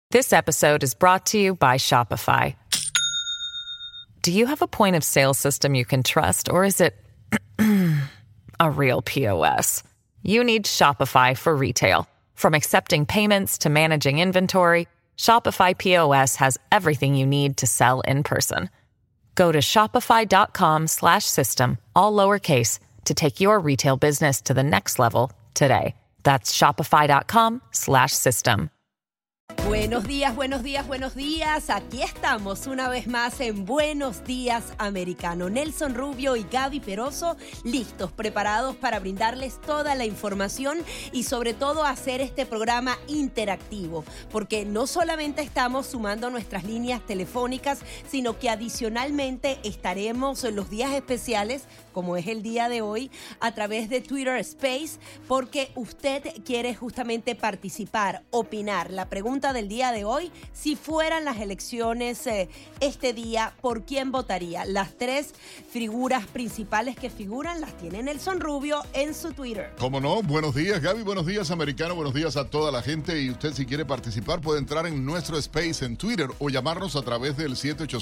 This episode is brought to you by Shopify. Do you have a point of sale system you can trust, or is it a real POS? You need Shopify for retail. From accepting payments to managing inventory, Shopify POS has everything you need to sell in person. Go to shopify.com/system, all lowercase, to take your retail business to the next level today. That's shopify.com/system. Buenos días, buenos días, buenos días. Aquí estamos una vez más en Buenos Días Americano. Nelson Rubio y Gaby Peroso listos, preparados para brindarles toda la información y sobre todo hacer este programa interactivo, porque no solamente estamos sumando nuestras líneas telefónicas, sino que adicionalmente estaremos en los días especiales, como es el día de hoy, a través de Twitter Space, porque usted quiere justamente participar, opinar. La pregunta del día de hoy: si fueran las elecciones este día, ¿por quién votaría? Las tres figuras principales que figuran las tiene Nelson Rubio en su Twitter. ¿Cómo no? Buenos días, Gaby, buenos días, americano, buenos días a toda la gente. Y usted, si quiere participar, puede entrar en nuestro space en Twitter o llamarnos a través del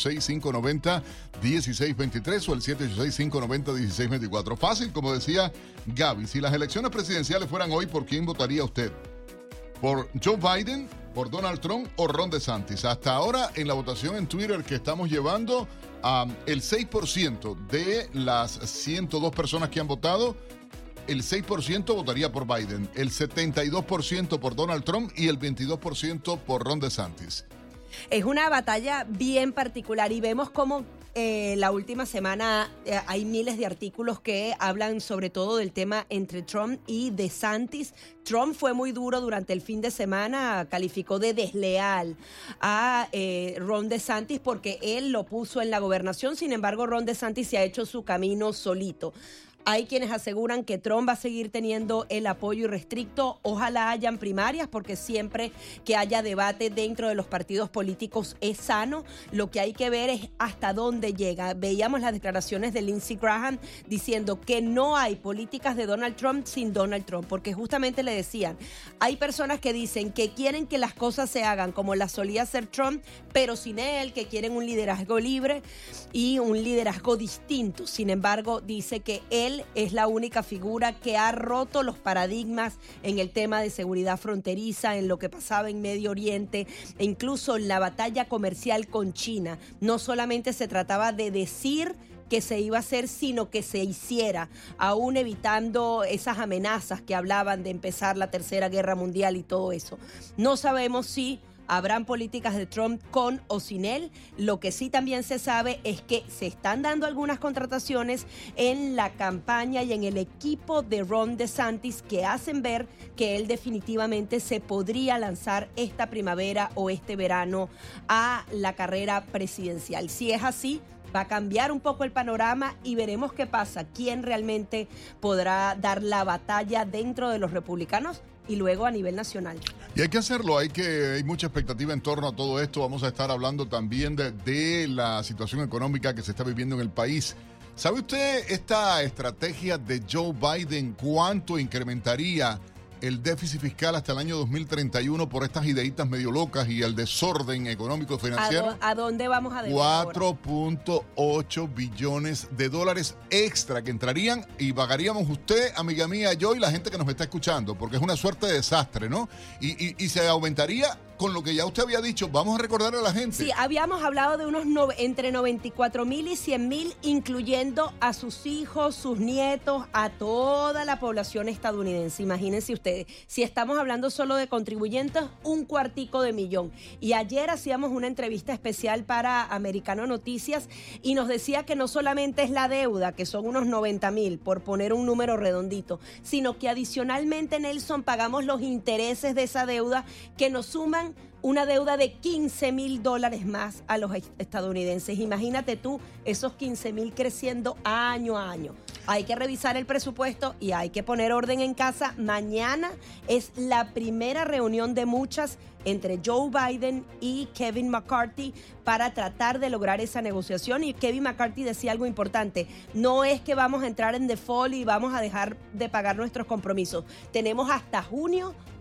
786-590-1623 o el 786-590-1624. Fácil, como decía Gaby. Si las elecciones presidenciales fueran hoy, ¿por quién votaría usted? ¿Por Joe Biden, por Donald Trump o Ron DeSantis? Hasta ahora, en la votación en Twitter que estamos llevando, el 6% de las 102 personas que han votado, el 6% votaría por Biden, el 72% por Donald Trump y el 22% por Ron DeSantis. Es una batalla bien particular y vemos cómo la última semana hay miles de artículos que hablan sobre todo del tema entre Trump y DeSantis. Trump fue muy duro durante el fin de semana, calificó de desleal a Ron DeSantis porque él lo puso en la gobernación. Sin embargo, Ron DeSantis se ha hecho su camino solito. Hay quienes aseguran que Trump va a seguir teniendo el apoyo irrestricto. Ojalá hayan primarias, porque siempre que haya debate dentro de los partidos políticos es sano. Lo que hay que ver es hasta dónde llega. Veíamos las declaraciones de Lindsey Graham diciendo que no hay políticas de Donald Trump sin Donald Trump, porque justamente le decían, hay personas que dicen que quieren que las cosas se hagan como las solía hacer Trump, pero sin él, que quieren un liderazgo libre y un liderazgo distinto. Sin embargo, dice que él es la única figura que ha roto los paradigmas en el tema de seguridad fronteriza, en lo que pasaba en Medio Oriente e incluso en la batalla comercial con China. No solamente se trataba de decir que se iba a hacer, sino que se hiciera, aún evitando esas amenazas que hablaban de empezar la Tercera Guerra Mundial y todo eso. No sabemos si habrán políticas de Trump con o sin él. Lo que sí también se sabe es que se están dando algunas contrataciones en la campaña y en el equipo de Ron DeSantis que hacen ver que él definitivamente se podría lanzar esta primavera o este verano a la carrera presidencial. Si es así, va a cambiar un poco el panorama y veremos qué pasa, quién realmente podrá dar la batalla dentro de los republicanos y luego a nivel nacional. Y hay que hacerlo, hay mucha expectativa en torno a todo esto. Vamos a estar hablando también de la situación económica que se está viviendo en el país. ¿Sabe usted esta estrategia de Joe Biden, cuánto incrementaría el déficit fiscal hasta el año 2031 por estas ideitas medio locas y el desorden económico financiero? ¿A dónde vamos a deber 4.8 billones de dólares extra que entrarían y pagaríamos usted, amiga mía, yo y la gente que nos está escuchando, porque es una suerte de desastre, ¿no? Y se aumentaría con lo que ya usted había dicho. Vamos a recordarle a la gente. Sí, habíamos hablado de unos entre 94,000 y 100,000, incluyendo a sus hijos, sus nietos, a toda la población estadounidense. Imagínense ustedes, si estamos hablando solo de contribuyentes, $250,000. Y ayer hacíamos una entrevista especial para Americano Noticias y nos decía que no solamente es la deuda, que son unos 90,000, por poner un número redondito, sino que adicionalmente, Nelson, pagamos los intereses de esa deuda que nos suman una deuda de $15,000 más a los estadounidenses. Imagínate tú, esos 15,000 creciendo año a año. Hay que revisar el presupuesto y hay que poner orden en casa. Mañana es la primera reunión de muchas entre Joe Biden y Kevin McCarthy para tratar de lograr esa negociación. Y Kevin McCarthy decía algo importante: no es que vamos a entrar en default y vamos a dejar de pagar nuestros compromisos. Tenemos hasta junio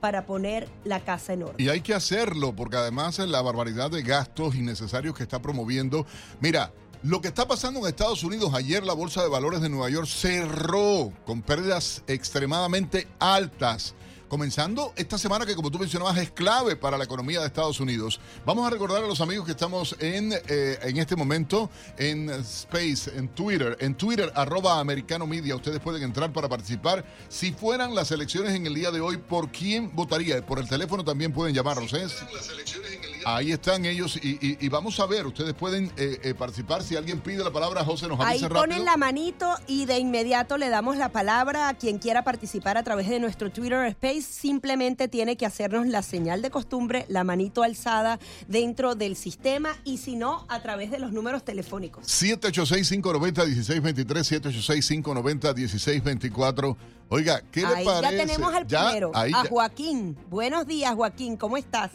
para poner la casa en orden. Y hay que hacerlo, porque además la barbaridad de gastos innecesarios que está promoviendo. Mira, lo que está pasando en Estados Unidos, ayer la Bolsa de Valores de Nueva York cerró con pérdidas extremadamente altas, comenzando esta semana que, como tú mencionabas, es clave para la economía de Estados Unidos. Vamos a recordar a los amigos que estamos en este momento en Space, en Twitter, @americanomedia. Ustedes pueden entrar para participar. Si fueran las elecciones en el día de hoy, ¿por quién votaría? Por el teléfono también pueden llamarnos. Ahí están ellos y vamos a ver, ustedes pueden participar. Si alguien pide la palabra, José nos avisa rápido. Ahí ponen la manito y de inmediato le damos la palabra a quien quiera participar a través de nuestro Twitter Space. Simplemente tiene que hacernos la señal de costumbre, la manito alzada dentro del sistema, y si no, a través de los números telefónicos. 786-590-1623, 786-590-1624. Oiga, ¿qué le parece? Ya tenemos al primero, a Joaquín. Buenos días, Joaquín, ¿cómo estás?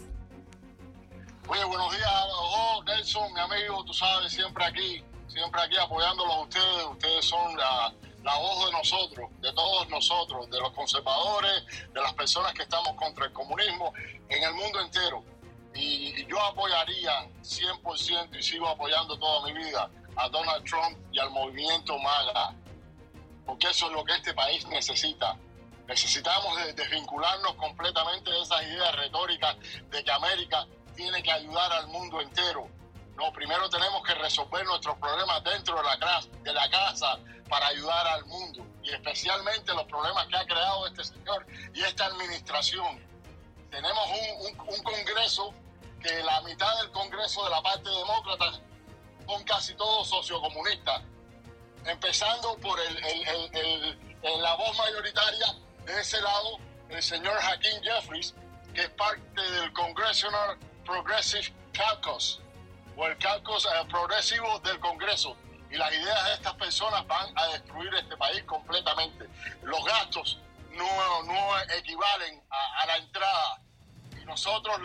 Oye, buenos días, Nelson, mi amigo, tú sabes, siempre aquí apoyándolos a ustedes. Ustedes son la voz de nosotros, de todos nosotros, de los conservadores, de las personas que estamos contra el comunismo en el mundo entero. Y yo apoyaría 100% y sigo apoyando toda mi vida a Donald Trump y al movimiento MAGA, porque eso es lo que este país necesita. Necesitamos desvincularnos completamente de esas ideas retóricas de que América tiene que ayudar al mundo entero. No, primero tenemos que resolver nuestros problemas dentro de la casa para ayudar al mundo, y especialmente los problemas que ha creado este señor y esta administración. Tenemos un Congreso que la mitad del Congreso de la parte demócrata son casi todos sociocomunistas, empezando por la voz mayoritaria de ese lado, el señor Hakeem Jeffries, que es parte del Congressional Progressive Caucus, o el caucus progresivo del Congreso, y las ideas de estas personas van a destruir este país completamente. Los gastos no equivalen a la entrada, y nosotros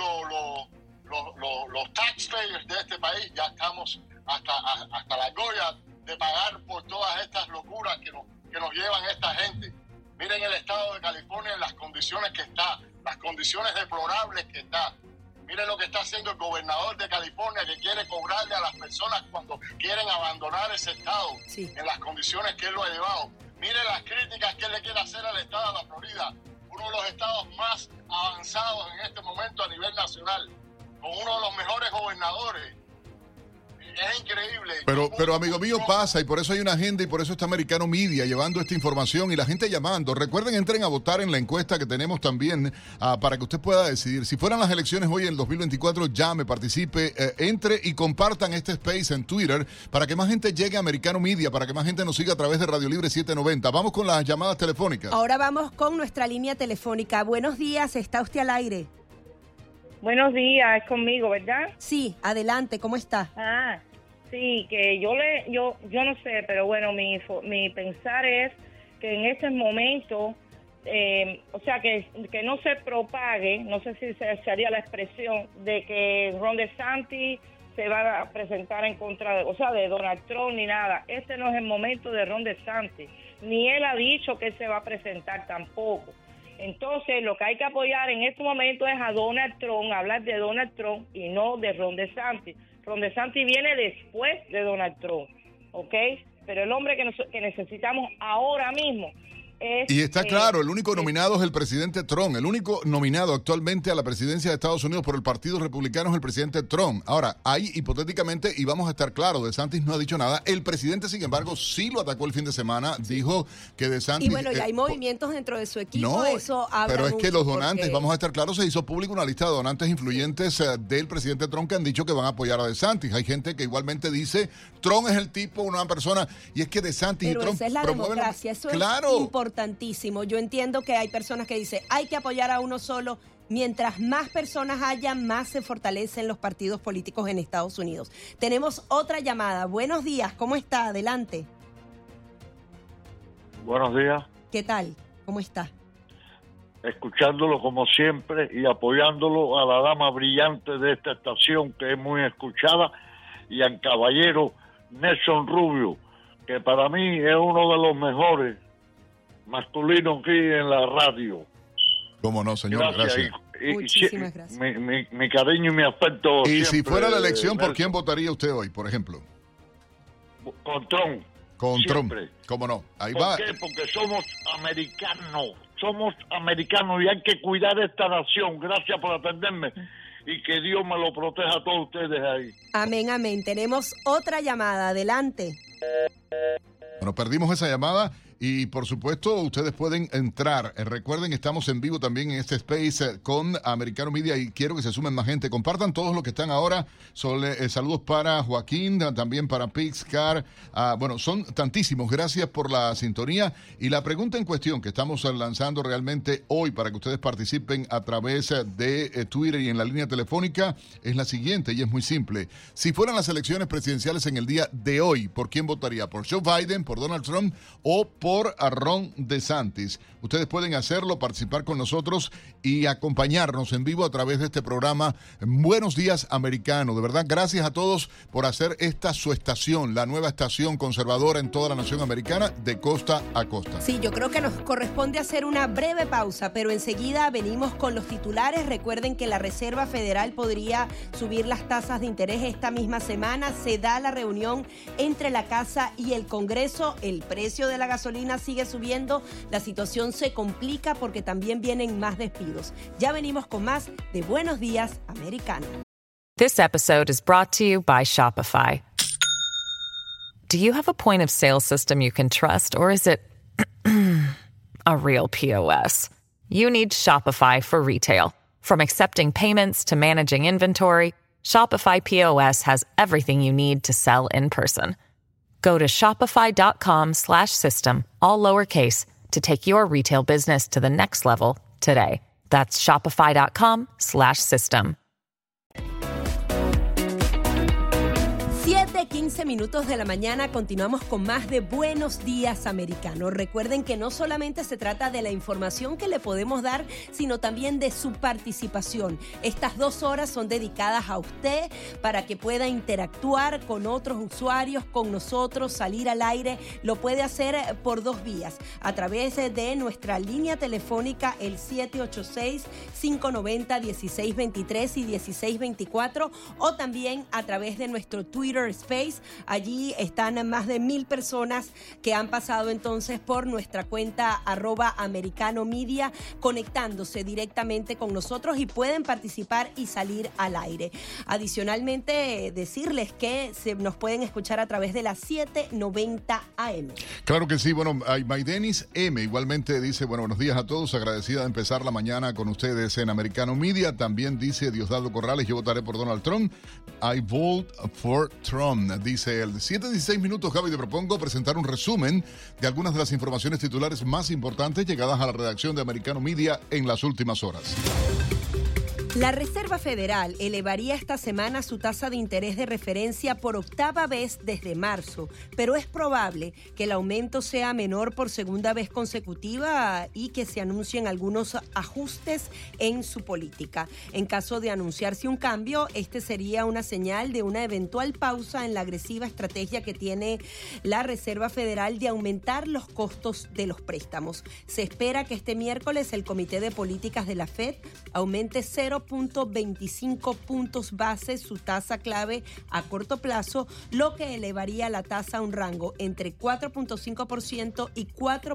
los taxpayers de este país ya estamos hasta la goya de pagar por todas estas locuras que nos llevan esta gente. Miren el estado de California en las condiciones que está, las condiciones deplorables que está. Miren lo que está haciendo el gobernador de California, que quiere cobrarle a las personas cuando quieren abandonar ese estado, en las condiciones que él lo ha llevado. Miren las críticas que él le quiere hacer al estado de la Florida, uno de los estados más avanzados en este momento a nivel nacional, con uno de los mejores gobernadores. Es increíble. Pero amigo mío, pasa, y por eso hay una agenda, y por eso está Americano Media llevando esta información y la gente llamando. Recuerden, entren a votar en la encuesta que tenemos también para que usted pueda decidir. Si fueran las elecciones hoy en el 2024, llame, participe, entre y compartan este space en Twitter para que más gente llegue a Americano Media, para que más gente nos siga a través de Radio Libre 790. Vamos con las llamadas telefónicas. Ahora vamos con nuestra línea telefónica. Buenos días, está usted al aire. Buenos días, es conmigo, ¿verdad? Sí, adelante, ¿cómo está? Sí, que yo no sé, pero bueno, mi pensar es que en este momento, o sea, que no se propague, no sé si se haría la expresión, de que Ron DeSantis se va a presentar en contra de Donald Trump ni nada. Este no es el momento de Ron DeSantis, ni él ha dicho que él se va a presentar tampoco. Entonces, lo que hay que apoyar en este momento es a Donald Trump, hablar de Donald Trump y no de Ron DeSantis. Ron DeSantis viene después de Donald Trump, ¿ok? Pero el hombre que necesitamos ahora mismo es... Y está claro, el único nominado es el presidente Trump. El único nominado actualmente a la presidencia de Estados Unidos por el Partido Republicano es el presidente Trump. Ahora, ahí hipotéticamente, y vamos a estar claros, DeSantis no ha dicho nada. El presidente, sin embargo, sí lo atacó el fin de semana. Dijo que DeSantis... Y bueno, ya hay movimientos dentro de su equipo, eso habla pero es que los donantes, porque... vamos a estar claros, se hizo público una lista de donantes influyentes del presidente Trump que han dicho que van a apoyar a DeSantis. Hay gente que igualmente dice, Trump es el tipo, una persona, y es que DeSantis pero y Trump esa es la democracia, eso claro. Es importantísimo. Yo entiendo que hay personas que dicen, hay que apoyar a uno solo. Mientras más personas haya, más se fortalecen los partidos políticos en Estados Unidos. Tenemos otra llamada. Buenos días, ¿cómo está? Adelante. Buenos días. ¿Qué tal? ¿Cómo está? Escuchándolo como siempre y apoyándolo a la dama brillante de esta estación, que es muy escuchada, y al caballero Nelson Rubio, que para mí es uno de los mejores masculinos aquí en la radio. Cómo no, señor, gracias. Muchísimas gracias. Mi cariño y mi afecto. Y siempre, si fuera la elección, ¿por Nelson. quién votaría usted hoy, por ejemplo? Con Trump. Con Siempre. Trump. ¿Cómo no? Ahí va. ¿Por qué? Porque somos americanos y hay que cuidar esta nación. Gracias por atenderme y que Dios me lo proteja a todos ustedes ahí. Amén, amén. Tenemos otra llamada. Adelante. Bueno, perdimos esa llamada y por supuesto ustedes pueden entrar. Recuerden, estamos en vivo también en este space con Americano Media y quiero que se sumen más gente. Compartan todos los que están ahora. Saludos para Joaquín, también para Pixcar. Bueno, son tantísimos. Gracias por la sintonía. Y la pregunta en cuestión que estamos lanzando realmente hoy para que ustedes participen a través de Twitter y en la línea telefónica es la siguiente y es muy simple. Si fueran las elecciones presidenciales en el día de hoy, ¿por quién votaría? ¿Por Joe Biden, por Donald Trump o por Ron DeSantis? Ustedes pueden hacerlo, participar con nosotros y acompañarnos en vivo a través de este programa Buenos Días Americano. De verdad, gracias a todos por hacer esta su estación, la nueva estación conservadora en toda la nación americana de costa a costa. Sí, yo creo que nos corresponde hacer una breve pausa, pero enseguida venimos con los titulares. Recuerden que la Reserva Federal podría subir las tasas de interés esta misma semana. Se da la reunión entre la Casa y el Congreso. El precio de la gasolina sigue subiendo. La situación se complica porque también vienen más despidos. Ya venimos con más de Buenos Días Americano. This episode is brought to you by Shopify. Do you have a point of sale system you can trust, or is it a real POS? You need Shopify for retail. From accepting payments to managing inventory, Shopify POS has everything you need to sell in person. Go to shopify.com/system, all lowercase, to take your retail business to the next level today. That's shopify.com/system. 7:15 minutos de la mañana, continuamos con más de Buenos Días Americano. Recuerden que no solamente se trata de la información que le podemos dar, sino también de su participación. Estas 2 horas son dedicadas a usted para que pueda interactuar con otros usuarios, con nosotros, salir al aire. Lo puede hacer por 2 vías, a través de nuestra línea telefónica, el 786-590-1623 y 1624, o también a través de nuestro Twitter Space. Allí están más de 1,000 personas que han pasado entonces por nuestra cuenta @americanomedia, conectándose directamente con nosotros y pueden participar y salir al aire. Adicionalmente, decirles que nos pueden escuchar a través de las 7:90 AM. Claro que sí. Bueno, Maidenis M igualmente dice, bueno, buenos días a todos, agradecida de empezar la mañana con ustedes en Americano Media. También dice Diosdado Corrales, yo votaré por Donald Trump. I vote for Trump, dice él. 7:16 minutos, Gaby, te propongo presentar un resumen de algunas de las informaciones titulares más importantes llegadas a la redacción de Americano Media en las últimas horas. La Reserva Federal elevaría esta semana su tasa de interés de referencia por 8ª vez desde marzo, pero es probable que el aumento sea menor por 2ª vez consecutiva y que se anuncien algunos ajustes en su política. En caso de anunciarse un cambio, este sería una señal de una eventual pausa en la agresiva estrategia que tiene la Reserva Federal de aumentar los costos de los préstamos. Se espera que este miércoles el Comité de Políticas de la Fed aumente 0.25 puntos base su tasa clave a corto plazo, lo que elevaría la tasa a un rango entre 4.5% y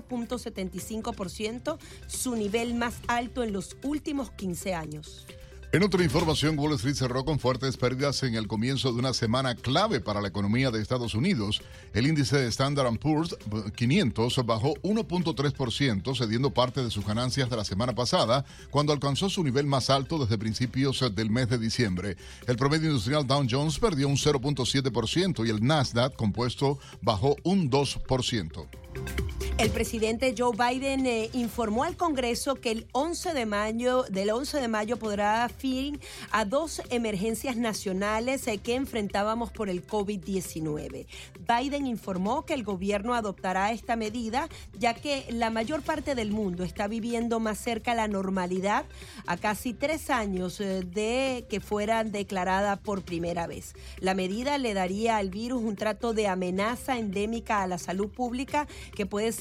4.75%, su nivel más alto en los últimos 15 años. En otra información, Wall Street cerró con fuertes pérdidas en el comienzo de una semana clave para la economía de Estados Unidos. El índice de Standard & Poor's 500 bajó 1.3%, cediendo parte de sus ganancias de la semana pasada, cuando alcanzó su nivel más alto desde principios del mes de diciembre. El promedio industrial Dow Jones perdió un 0.7% y el Nasdaq compuesto bajó un 2%. El presidente Joe Biden informó al Congreso que del 11 de mayo podrá dar fin a 2 emergencias nacionales que enfrentábamos por el COVID-19. Biden informó que el gobierno adoptará esta medida ya que la mayor parte del mundo está viviendo más cerca a la normalidad a casi 3 años de que fuera declarada por primera vez. La medida le daría al virus un trato de amenaza endémica a la salud pública que puede ser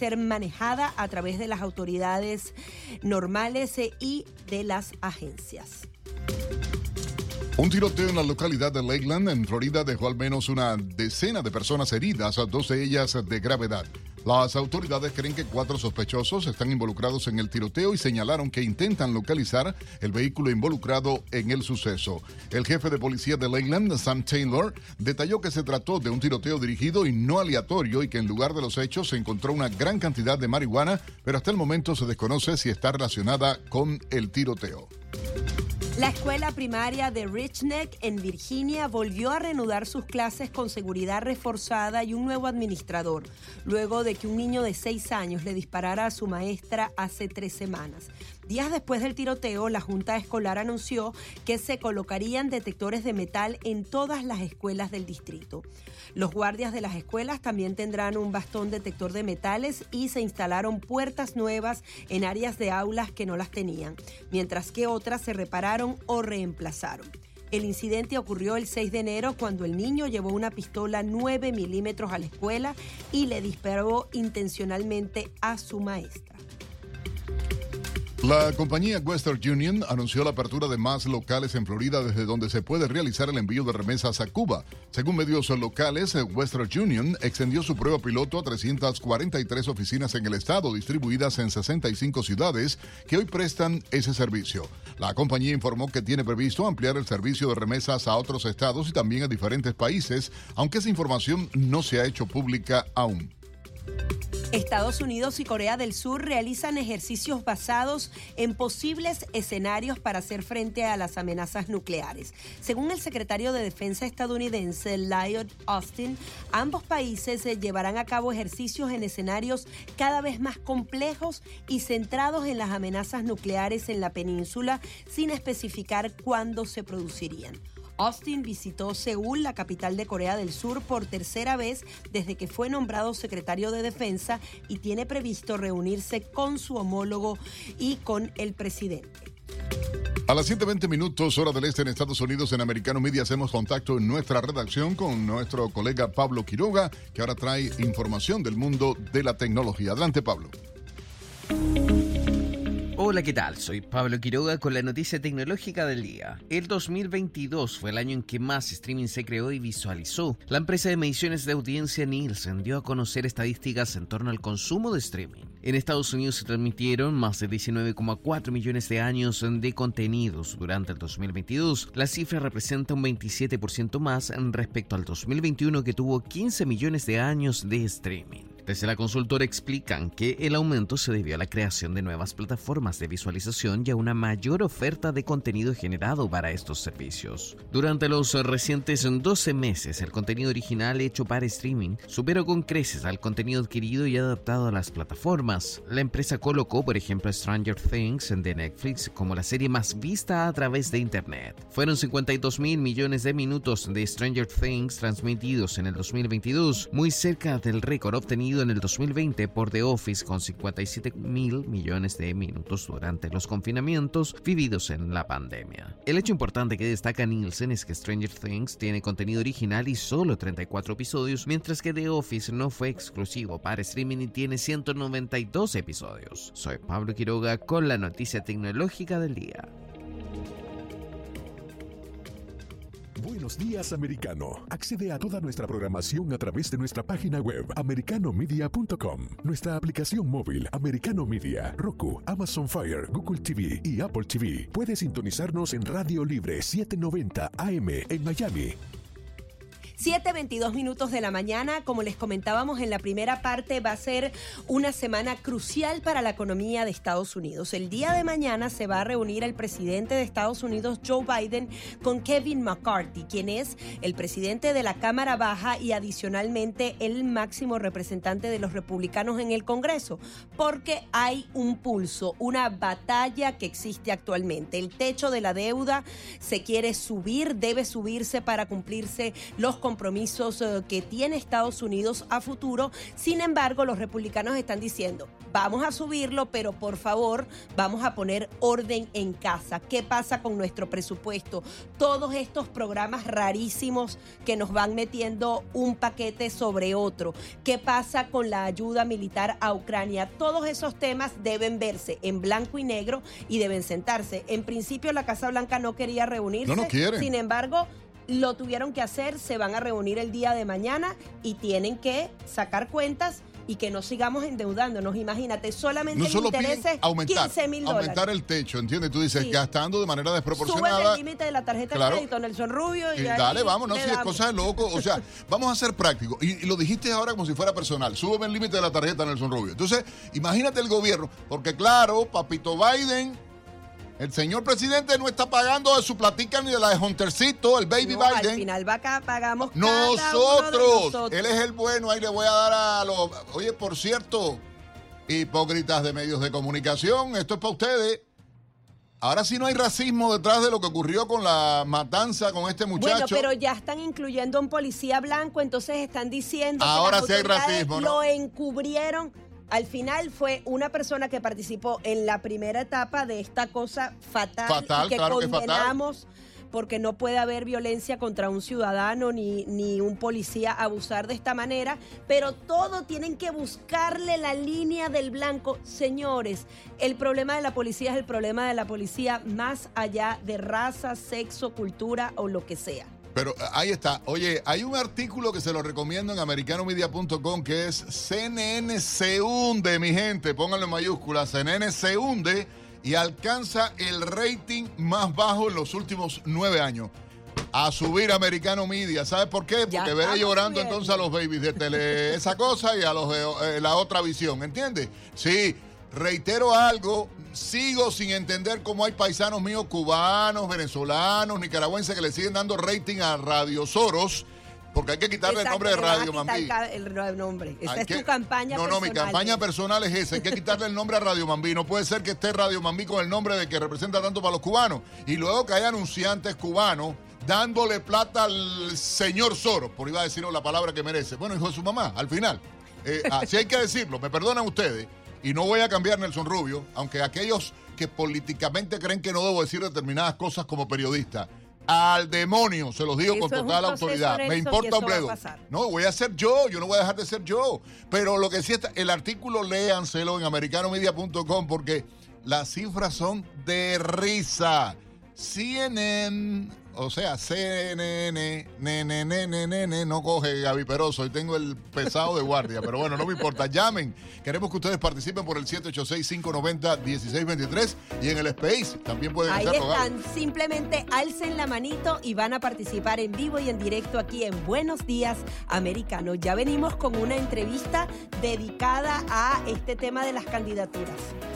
ser manejada a través de las autoridades normales y de las agencias. Un tiroteo en la localidad de Lakeland, en Florida, dejó al menos una decena de personas heridas, 2 de ellas de gravedad. Las autoridades creen que 4 sospechosos están involucrados en el tiroteo y señalaron que intentan localizar el vehículo involucrado en el suceso. El jefe de policía de Lakeland, Sam Taylor, detalló que se trató de un tiroteo dirigido y no aleatorio y que en lugar de los hechos se encontró una gran cantidad de marihuana, pero hasta el momento se desconoce si está relacionada con el tiroteo. La escuela primaria de Rich Neck en Virginia volvió a reanudar sus clases con seguridad reforzada y un nuevo administrador, luego de que un niño de 6 años le disparara a su maestra hace 3 semanas. Días después del tiroteo, la Junta Escolar anunció que se colocarían detectores de metal en todas las escuelas del distrito. Los guardias de las escuelas también tendrán un bastón detector de metales y se instalaron puertas nuevas en áreas de aulas que no las tenían, mientras que otras se repararon o reemplazaron. El incidente ocurrió el 6 de enero cuando el niño llevó una pistola 9 milímetros a la escuela y le disparó intencionalmente a su maestra. La compañía Western Union anunció la apertura de más locales en Florida desde donde se puede realizar el envío de remesas a Cuba. Según medios locales, Western Union extendió su prueba piloto a 343 oficinas en el estado, distribuidas en 65 ciudades que hoy prestan ese servicio. La compañía informó que tiene previsto ampliar el servicio de remesas a otros estados y también a diferentes países, aunque esa información no se ha hecho pública aún. Estados Unidos y Corea del Sur realizan ejercicios basados en posibles escenarios para hacer frente a las amenazas nucleares. Según el secretario de Defensa estadounidense, Lloyd Austin, ambos países llevarán a cabo ejercicios en escenarios cada vez más complejos y centrados en las amenazas nucleares en la península, sin especificar cuándo se producirían. Austin visitó Seúl, la capital de Corea del Sur, por 3ª vez desde que fue nombrado secretario de Defensa y tiene previsto reunirse con su homólogo y con el presidente. A las 7:20 minutos, hora del este en Estados Unidos, en Americano Media, hacemos contacto en nuestra redacción con nuestro colega Pablo Quiroga, que ahora trae información del mundo de la tecnología. Adelante, Pablo. Hola, ¿qué tal? Soy Pablo Quiroga con la noticia tecnológica del día. El 2022 fue el año en que más streaming se creó y visualizó. La empresa de mediciones de audiencia Nielsen dio a conocer estadísticas en torno al consumo de streaming. En Estados Unidos se transmitieron más de 19,4 millones de años de contenidos durante el 2022. La cifra representa un 27% más respecto al 2021, que tuvo 15 millones de años de streaming. Desde la consultora explican que el aumento se debió a la creación de nuevas plataformas de visualización y a una mayor oferta de contenido generado para estos servicios. Durante los recientes 12 meses, el contenido original hecho para streaming superó con creces al contenido adquirido y adaptado a las plataformas. La empresa colocó, por ejemplo, Stranger Things de Netflix como la serie más vista a través de Internet. Fueron 52.000 millones de minutos de Stranger Things transmitidos en el 2022, muy cerca del récord obtenido en el 2020 por The Office, con 57.000 millones de minutos durante los confinamientos vividos en la pandemia. El hecho importante que destaca Nielsen es que Stranger Things tiene contenido original y solo 34 episodios, mientras que The Office no fue exclusivo para streaming y tiene 192 episodios. Soy Pablo Quiroga con la noticia tecnológica del día. Buenos días, americano. Accede a toda nuestra programación a través de nuestra página web, americanomedia.com. Nuestra aplicación móvil, Americano Media, Roku, Amazon Fire, Google TV y Apple TV. Puedes sintonizarnos en Radio Libre 790 AM en Miami. 7:22 minutos de la mañana. Como les comentábamos en la primera parte, va a ser una semana crucial para la economía de Estados Unidos. El día de mañana se va a reunir el presidente de Estados Unidos, Joe Biden, con Kevin McCarthy, quien es el presidente de la Cámara Baja y adicionalmente el máximo representante de los republicanos en el Congreso, porque hay un pulso, una batalla que existe actualmente. El techo de la deuda se quiere subir, debe subirse para cumplirse los compromisos que tiene Estados Unidos a futuro. Sin embargo, los republicanos están diciendo, vamos a subirlo, pero por favor, vamos a poner orden en casa. ¿Qué pasa con nuestro presupuesto? Todos estos programas rarísimos que nos van metiendo un paquete sobre otro. ¿Qué pasa con la ayuda militar a Ucrania? Todos esos temas deben verse en blanco y negro y deben sentarse. En principio, la Casa Blanca no quería reunirse. No quieren. Sin embargo, lo tuvieron que hacer. Se van a reunir el día de mañana y tienen que sacar cuentas y que no sigamos endeudándonos. Imagínate, solamente no solo intereses aumentar, $15,000. aumentar el techo, ¿entiendes? Tú dices, Sí. gastando de manera Suben desproporcionada. el límite de la tarjeta Claro. de crédito, Nelson Rubio. Y Dale, ahí vamos, no, le si es damos. cosa de loco. O sea, vamos a ser prácticos. Y lo dijiste ahora como si fuera personal. Súbeme el límite de la tarjeta, Nelson Rubio. Entonces, imagínate el gobierno, porque claro, papito Biden, el señor presidente no está pagando de su platica ni de la de Huntercito, el baby No, Biden. Al final pagamos cada uno de Nosotros. Él es el bueno, ahí le voy a dar a los... Oye, por cierto, hipócritas de medios de comunicación, esto es para ustedes. Ahora sí no hay racismo detrás de lo que ocurrió con la matanza con este muchacho. Bueno, pero ya están incluyendo a un policía blanco, entonces están diciendo Ahora que sí hay las autoridades racismo, ¿no? lo encubrieron. Al final fue una persona que participó en la primera etapa de esta cosa fatal y que claro que es fatal. condenamos porque no puede haber violencia contra un ciudadano ni un policía abusar de esta manera, pero todo tienen que buscarle la línea del blanco. Señores, el problema de la policía es el problema de la policía más allá de raza, sexo, cultura o lo que sea. Pero ahí está. Oye, hay un artículo que se lo recomiendo en americanomedia.com que es CNN se hunde, mi gente. Pónganlo en mayúsculas. CNN se hunde y alcanza el rating más bajo en los últimos 9 años. A subir Americano Media. ¿Sabes por qué? Ya Porque veré estamos llorando subiendo. entonces a los babies de tele esa cosa y a los de la otra visión. ¿Entiendes? Sí. Reitero algo, sigo sin entender cómo hay paisanos míos cubanos, venezolanos, nicaragüenses que le siguen dando rating a Radio Soros, porque hay que quitarle el nombre de Radio Mambí. El nombre. Esa Hay es que- tu campaña No, personal. mi campaña personal es esa. Hay que quitarle el nombre a Radio Mambí. No puede ser que esté Radio Mambí con el nombre de que representa tanto para los cubanos. Y luego que hay anunciantes cubanos dándole plata al señor Soros, por iba a decir la palabra que merece. Bueno, hijo de su mamá, al final. Así hay que decirlo, me perdonan ustedes. Y no voy a cambiar Nelson Rubio, aunque aquellos que políticamente creen que no debo decir determinadas cosas como periodista. Al demonio, se los digo Eso con es un total proceso, autoridad. Nelson, Me y importa eso un va a bledo. pasar. No, voy a ser yo no voy a dejar de ser yo. Pero lo que sí está, el artículo léanselo en americanomedia.com porque las cifras son de risa. CNN, o sea, CNN, no coge Gaby Peroso, hoy tengo el pesado de guardia, pero bueno, no me importa, llamen. Queremos que ustedes participen por el 786-590-1623 y en el Space también pueden Ahí hacerlo. Gaby. están, simplemente alcen la manito y van a participar en vivo y en directo aquí en Buenos Días Americano. Ya venimos con una entrevista dedicada a este tema de las candidaturas.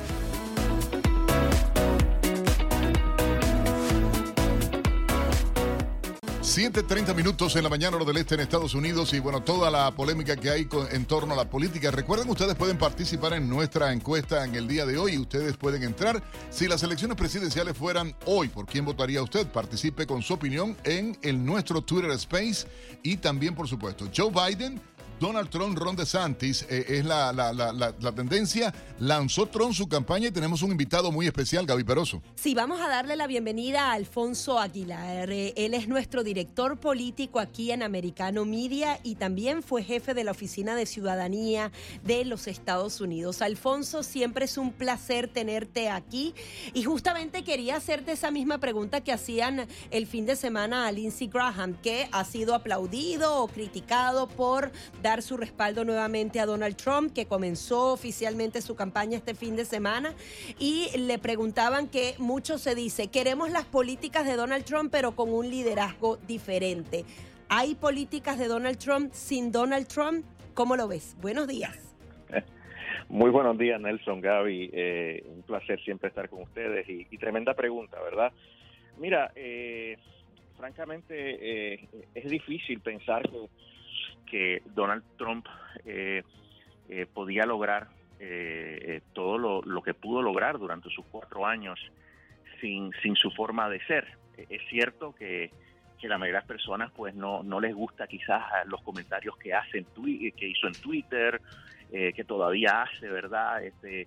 7:30 minutos en la mañana, hora del este en Estados Unidos y bueno, toda la polémica que hay en torno a la política. Recuerden, ustedes pueden participar en nuestra encuesta en el día de hoy. Ustedes pueden entrar. Si las elecciones presidenciales fueran hoy, ¿por quién votaría usted? Participe con su opinión en nuestro Twitter Space y también, por supuesto, Joe Biden, Donald Trump, Ron DeSantis, es la tendencia. Lanzó Trump su campaña y tenemos un invitado muy especial, Gaby Peroso. Sí, vamos a darle la bienvenida a Alfonso Aguilar. Él es nuestro director político aquí en Americano Media y también fue jefe de la Oficina de Ciudadanía de los Estados Unidos. Alfonso, siempre es un placer tenerte aquí y justamente quería hacerte esa misma pregunta que hacían el fin de semana a Lindsey Graham, que ha sido aplaudido o criticado por dar su respaldo nuevamente a Donald Trump, que comenzó oficialmente su campaña este fin de semana, y le preguntaban que mucho se dice, queremos las políticas de Donald Trump, pero con un liderazgo diferente. ¿Hay políticas de Donald Trump sin Donald Trump? ¿Cómo lo ves? Buenos días. Muy buenos días, Nelson, Gaby. Un placer siempre estar con ustedes y tremenda pregunta, ¿verdad? Mira, francamente, es difícil pensar que Donald Trump podía lograr todo lo que pudo lograr durante sus 4 años sin su forma de ser. Es cierto que la mayoría de las personas pues no les gusta quizás los comentarios que hizo en Twitter, que todavía hace, ¿verdad?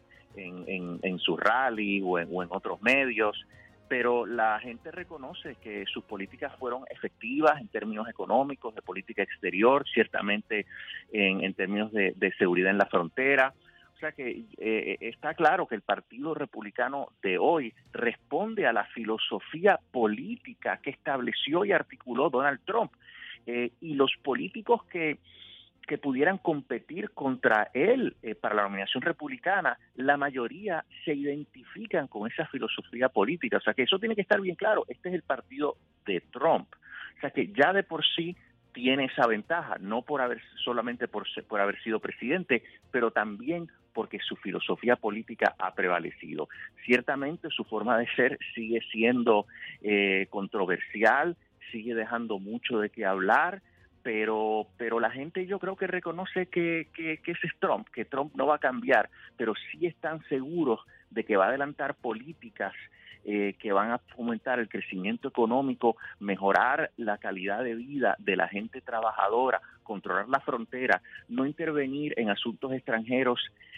En su rally o en otros medios, pero la gente reconoce que sus políticas fueron efectivas en términos económicos, de política exterior, ciertamente en términos de seguridad en la frontera. O sea que está claro que el Partido Republicano de hoy responde a la filosofía política que estableció y articuló Donald Trump. Y los políticos que pudieran competir contra él para la nominación republicana, la mayoría se identifican con esa filosofía política. O sea que eso tiene que estar bien claro. Este es el partido de Trump. O sea que ya de por sí tiene esa ventaja, no solamente por haber sido presidente, pero también porque su filosofía política ha prevalecido. Ciertamente su forma de ser sigue siendo controversial, sigue dejando mucho de qué hablar, pero la gente yo creo que reconoce que ese es Trump, que Trump no va a cambiar, pero sí están seguros de que va a adelantar políticas que van a fomentar el crecimiento económico, mejorar la calidad de vida de la gente trabajadora, controlar la frontera, no intervenir en asuntos extranjeros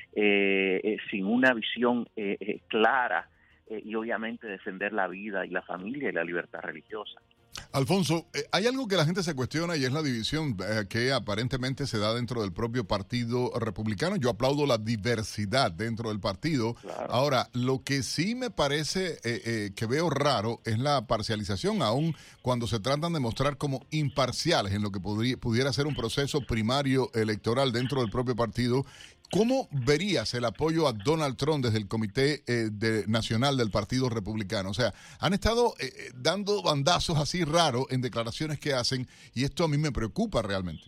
sin una visión clara y obviamente defender la vida y la familia y la libertad religiosa. Alfonso, hay algo que la gente se cuestiona y es la división que aparentemente se da dentro del propio Partido Republicano. Yo aplaudo la diversidad dentro del partido. Claro. Ahora, lo que sí me parece que veo raro es la parcialización, aun cuando se tratan de mostrar como imparciales en lo que pudiera ser un proceso primario electoral dentro del propio partido. ¿Cómo verías el apoyo a Donald Trump desde el Comité Nacional del Partido Republicano? O sea, han estado dando bandazos así raros en declaraciones que hacen y esto a mí me preocupa realmente.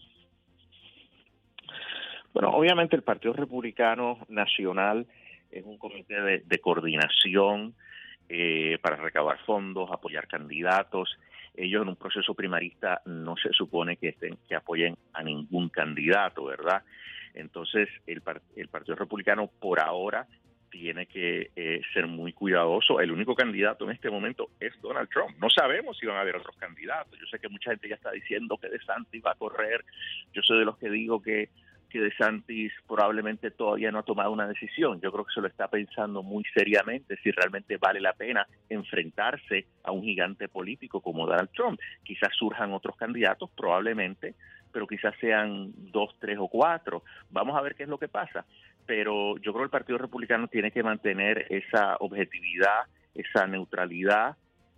Bueno, obviamente el Partido Republicano Nacional es un comité de coordinación para recaudar fondos, apoyar candidatos. Ellos en un proceso primarista no se supone que apoyen a ningún candidato, ¿verdad? Entonces, el Partido Republicano por ahora tiene que ser muy cuidadoso. El único candidato en este momento es Donald Trump. No sabemos si van a haber otros candidatos. Yo sé que mucha gente ya está diciendo que DeSantis va a correr. Yo soy de los que digo que DeSantis probablemente todavía no ha tomado una decisión. Yo creo que se lo está pensando muy seriamente si realmente vale la pena enfrentarse a un gigante político como Donald Trump. Quizás surjan otros candidatos, probablemente, pero quizás sean 2, 3 o 4. Vamos a ver qué es lo que pasa. Pero yo creo que el Partido Republicano tiene que mantener esa objetividad, esa neutralidad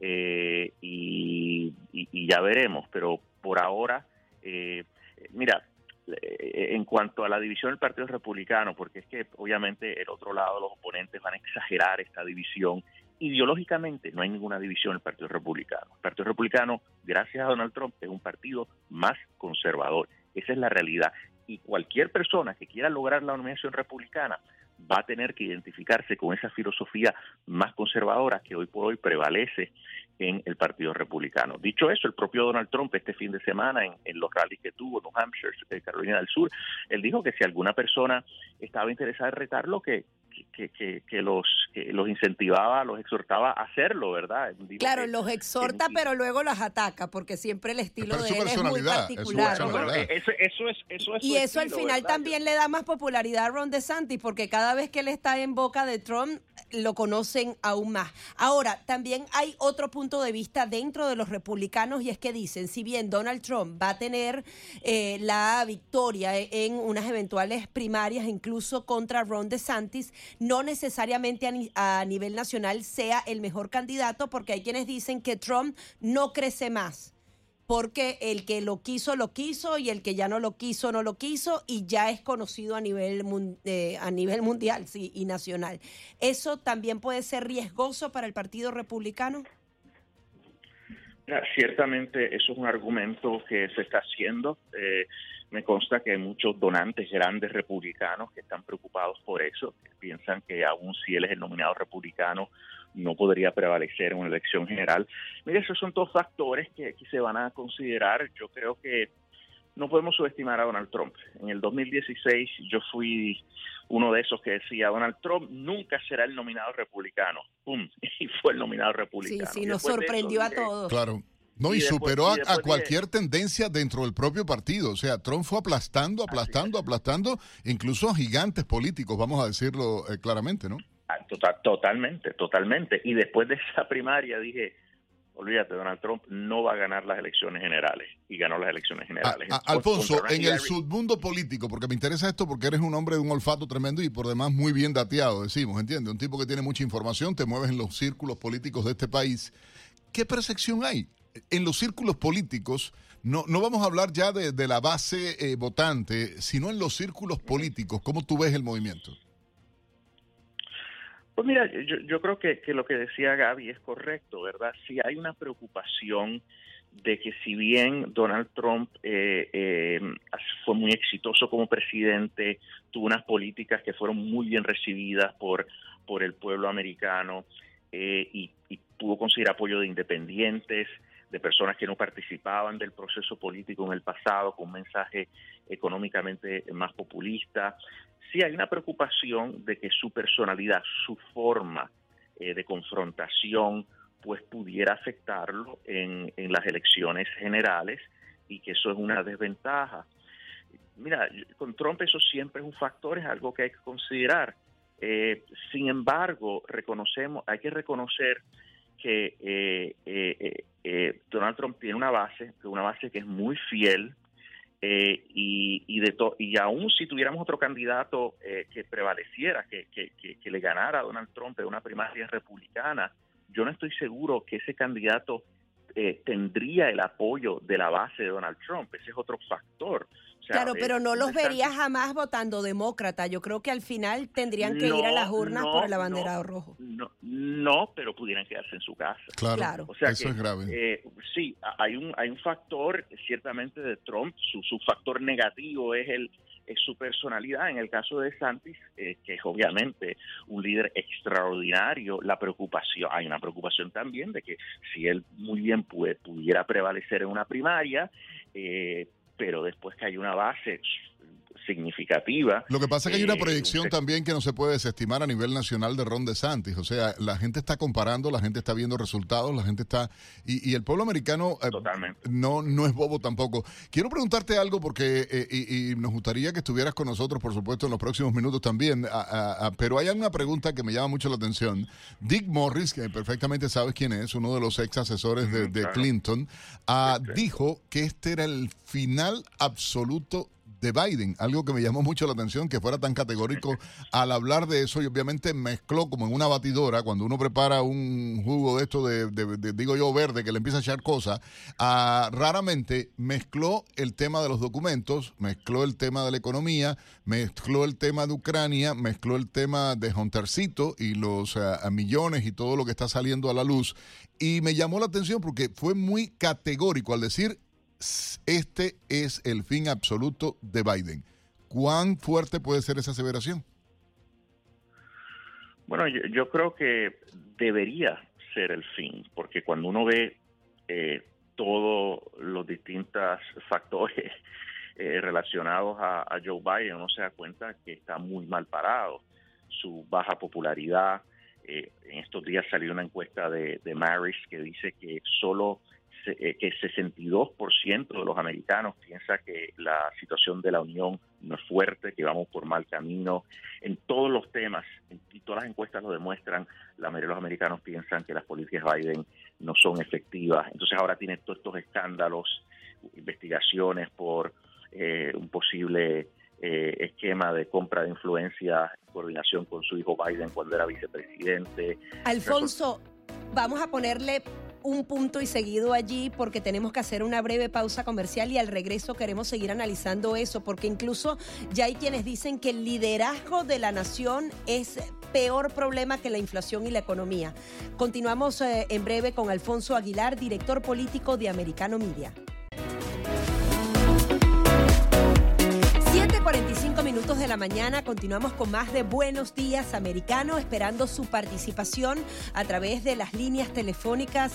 y ya veremos. Pero por ahora, mira, en cuanto a la división del Partido Republicano, porque es que obviamente el otro lado, los oponentes van a exagerar esta división. Ideológicamente no hay ninguna división en el Partido Republicano. El Partido Republicano, gracias a Donald Trump, es un partido más conservador. Esa es la realidad. Y cualquier persona que quiera lograr la nominación republicana va a tener que identificarse con esa filosofía más conservadora que hoy por hoy prevalece en el Partido Republicano. Dicho eso, el propio Donald Trump este fin de semana en los rallies que tuvo en New Hampshire, Carolina del Sur, él dijo que si alguna persona estaba interesada en retarlo, que los incentivaba, los exhortaba a hacerlo, ¿verdad? Digo claro, los exhorta, pero luego los ataca, porque siempre el estilo de él es muy particular. ¿no? Eso es y eso estilo, al final ¿verdad? También le da más popularidad a Ron DeSantis, porque cada vez que él está en boca de Trump, lo conocen aún más. Ahora, también hay otro punto de vista dentro de los republicanos, y es que dicen, si bien Donald Trump va a tener la victoria en unas eventuales primarias, incluso contra Ron DeSantis, no necesariamente a nivel nacional sea el mejor candidato, porque hay quienes dicen que Trump no crece más, porque el que lo quiso y el que ya no lo quiso y ya es conocido a nivel mundial, sí, y nacional. ¿Eso también puede ser riesgoso para el Partido Republicano? Ciertamente eso es un argumento que se está haciendo. Me consta que hay muchos donantes grandes republicanos que están preocupados por eso, que piensan que aún si él es el nominado republicano no podría prevalecer en una elección general. Mire, esos son todos factores que se van a considerar. Yo creo que no podemos subestimar a Donald Trump. En el 2016 yo fui uno de esos que decía, Donald Trump nunca será el nominado republicano. ¡Pum! Y fue el nominado republicano. Sí, nos sorprendió a todos. Claro. No, y después- superó y a después cualquier tendencia dentro del propio partido. O sea, Trump fue aplastando, incluso a gigantes políticos, vamos a decirlo claramente, ¿no? Totalmente. Y después de esa primaria dije, olvídate, Donald Trump no va a ganar las elecciones generales. Y ganó las elecciones generales. Alfonso, Contra en Hillary. el submundo político, porque me interesa esto porque eres un hombre de un olfato tremendo y por demás muy bien dateado, decimos, ¿entiendes? Un tipo que tiene mucha información, te mueves en los círculos políticos de este país. ¿Qué percepción hay? En los círculos políticos, no vamos a hablar ya de la base votante, sino en los círculos políticos. ¿Cómo tú ves el movimiento? Pues mira, yo creo que lo que decía Gaby es correcto, ¿verdad? Sí hay una preocupación de que si bien Donald Trump fue muy exitoso como presidente, tuvo unas políticas que fueron muy bien recibidas por el pueblo americano y pudo conseguir apoyo de independientes, de personas que no participaban del proceso político en el pasado, con un mensaje económicamente más populista. Sí hay una preocupación de que su personalidad, su forma de confrontación, pues pudiera afectarlo en las elecciones generales y que eso es una desventaja. Mira, con Trump eso siempre es un factor, es algo que hay que considerar. Sin embargo, hay que reconocer que Donald Trump tiene una base que es muy fiel, y aún si tuviéramos otro candidato que prevaleciera, que le ganara a Donald Trump en una primaria republicana, yo no estoy seguro que ese candidato tendría el apoyo de la base de Donald Trump. Ese es otro factor. O sea, claro, pero no los verías jamás votando demócrata. Yo creo que al final tendrían que ir a las urnas por el abanderado rojo. No, pero pudieran quedarse en su casa. Claro. O sea eso es grave. Sí, hay un factor ciertamente de Trump. Su factor negativo es su personalidad. En el caso de DeSantis, que es obviamente un líder extraordinario, hay una preocupación también de que si él muy bien pudiera prevalecer en una primaria, pero después que hay una base significativa. Lo que pasa es que hay una proyección también que no se puede desestimar a nivel nacional de Ron DeSantis. O sea, la gente está comparando, la gente está viendo resultados, la gente está... Y el pueblo americano no es bobo tampoco. Quiero preguntarte algo porque y nos gustaría que estuvieras con nosotros, por supuesto, en los próximos minutos también. Pero hay una pregunta que me llama mucho la atención. Dick Morris, que perfectamente sabes quién es, uno de los ex asesores de Clinton, dijo que este era el final absoluto de Biden, algo que me llamó mucho la atención que fuera tan categórico al hablar de eso, y obviamente mezcló como en una batidora, cuando uno prepara un jugo de esto digo yo verde, que le empieza a echar cosas, raramente mezcló el tema de los documentos, mezcló el tema de la economía, mezcló el tema de Ucrania, mezcló el tema de Huntercito y los millones y todo lo que está saliendo a la luz, y me llamó la atención porque fue muy categórico al decir: este es el fin absoluto de Biden. ¿Cuán fuerte puede ser esa aseveración? Bueno, yo creo que debería ser el fin, porque cuando uno ve todos los distintos factores relacionados a Joe Biden, uno se da cuenta que está muy mal parado. Su baja popularidad. En estos días salió una encuesta de Marist que dice que que 62% de los americanos piensa que la situación de la Unión no es fuerte, que vamos por mal camino. En todos los temas, y todas las encuestas lo demuestran, la mayoría de los americanos piensan que las políticas de Biden no son efectivas. Entonces ahora tiene todos estos escándalos, investigaciones por un posible esquema de compra de influencia en coordinación con su hijo Biden cuando era vicepresidente. Alfonso, vamos a ponerle un punto y seguido allí porque tenemos que hacer una breve pausa comercial y al regreso queremos seguir analizando eso, porque incluso ya hay quienes dicen que el liderazgo de la nación es peor problema que la inflación y la economía. Continuamos en breve con Alfonso Aguilar, director político de Americano Media. 7:45 minutos de la mañana, continuamos con más de Buenos Días Americano, esperando su participación a través de las líneas telefónicas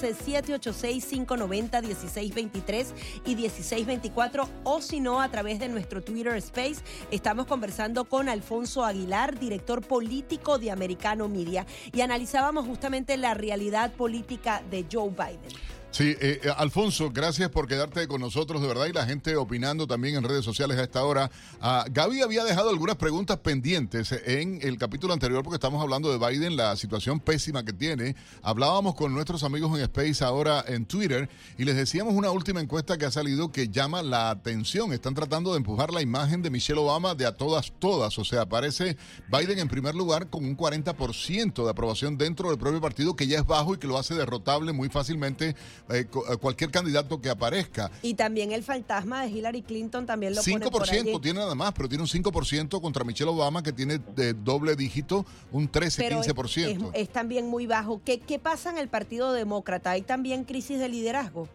786-590-1623 y 1624, o si no, a través de nuestro Twitter Space. Estamos conversando con Alfonso Aguilar, director político de Americano Media, y analizábamos justamente la realidad política de Joe Biden. Sí, Alfonso, gracias por quedarte con nosotros, de verdad, y la gente opinando también en redes sociales a esta hora. Gaby había dejado algunas preguntas pendientes en el capítulo anterior porque estamos hablando de Biden, la situación pésima que tiene. Hablábamos con nuestros amigos en Space ahora en Twitter y les decíamos una última encuesta que ha salido que llama la atención. Están tratando de empujar la imagen de Michelle Obama de a todas. O sea, aparece Biden en primer lugar con un 40% de aprobación dentro del propio partido, que ya es bajo y que lo hace derrotable muy fácilmente cualquier candidato que aparezca. Y también el fantasma de Hillary Clinton también lo pone por allí. 5% tiene nada más, pero tiene un 5% contra Michelle Obama, que tiene doble dígito, un 13-15%. Es también muy bajo. ¿Qué pasa en el Partido Demócrata? ¿Hay también crisis de liderazgo?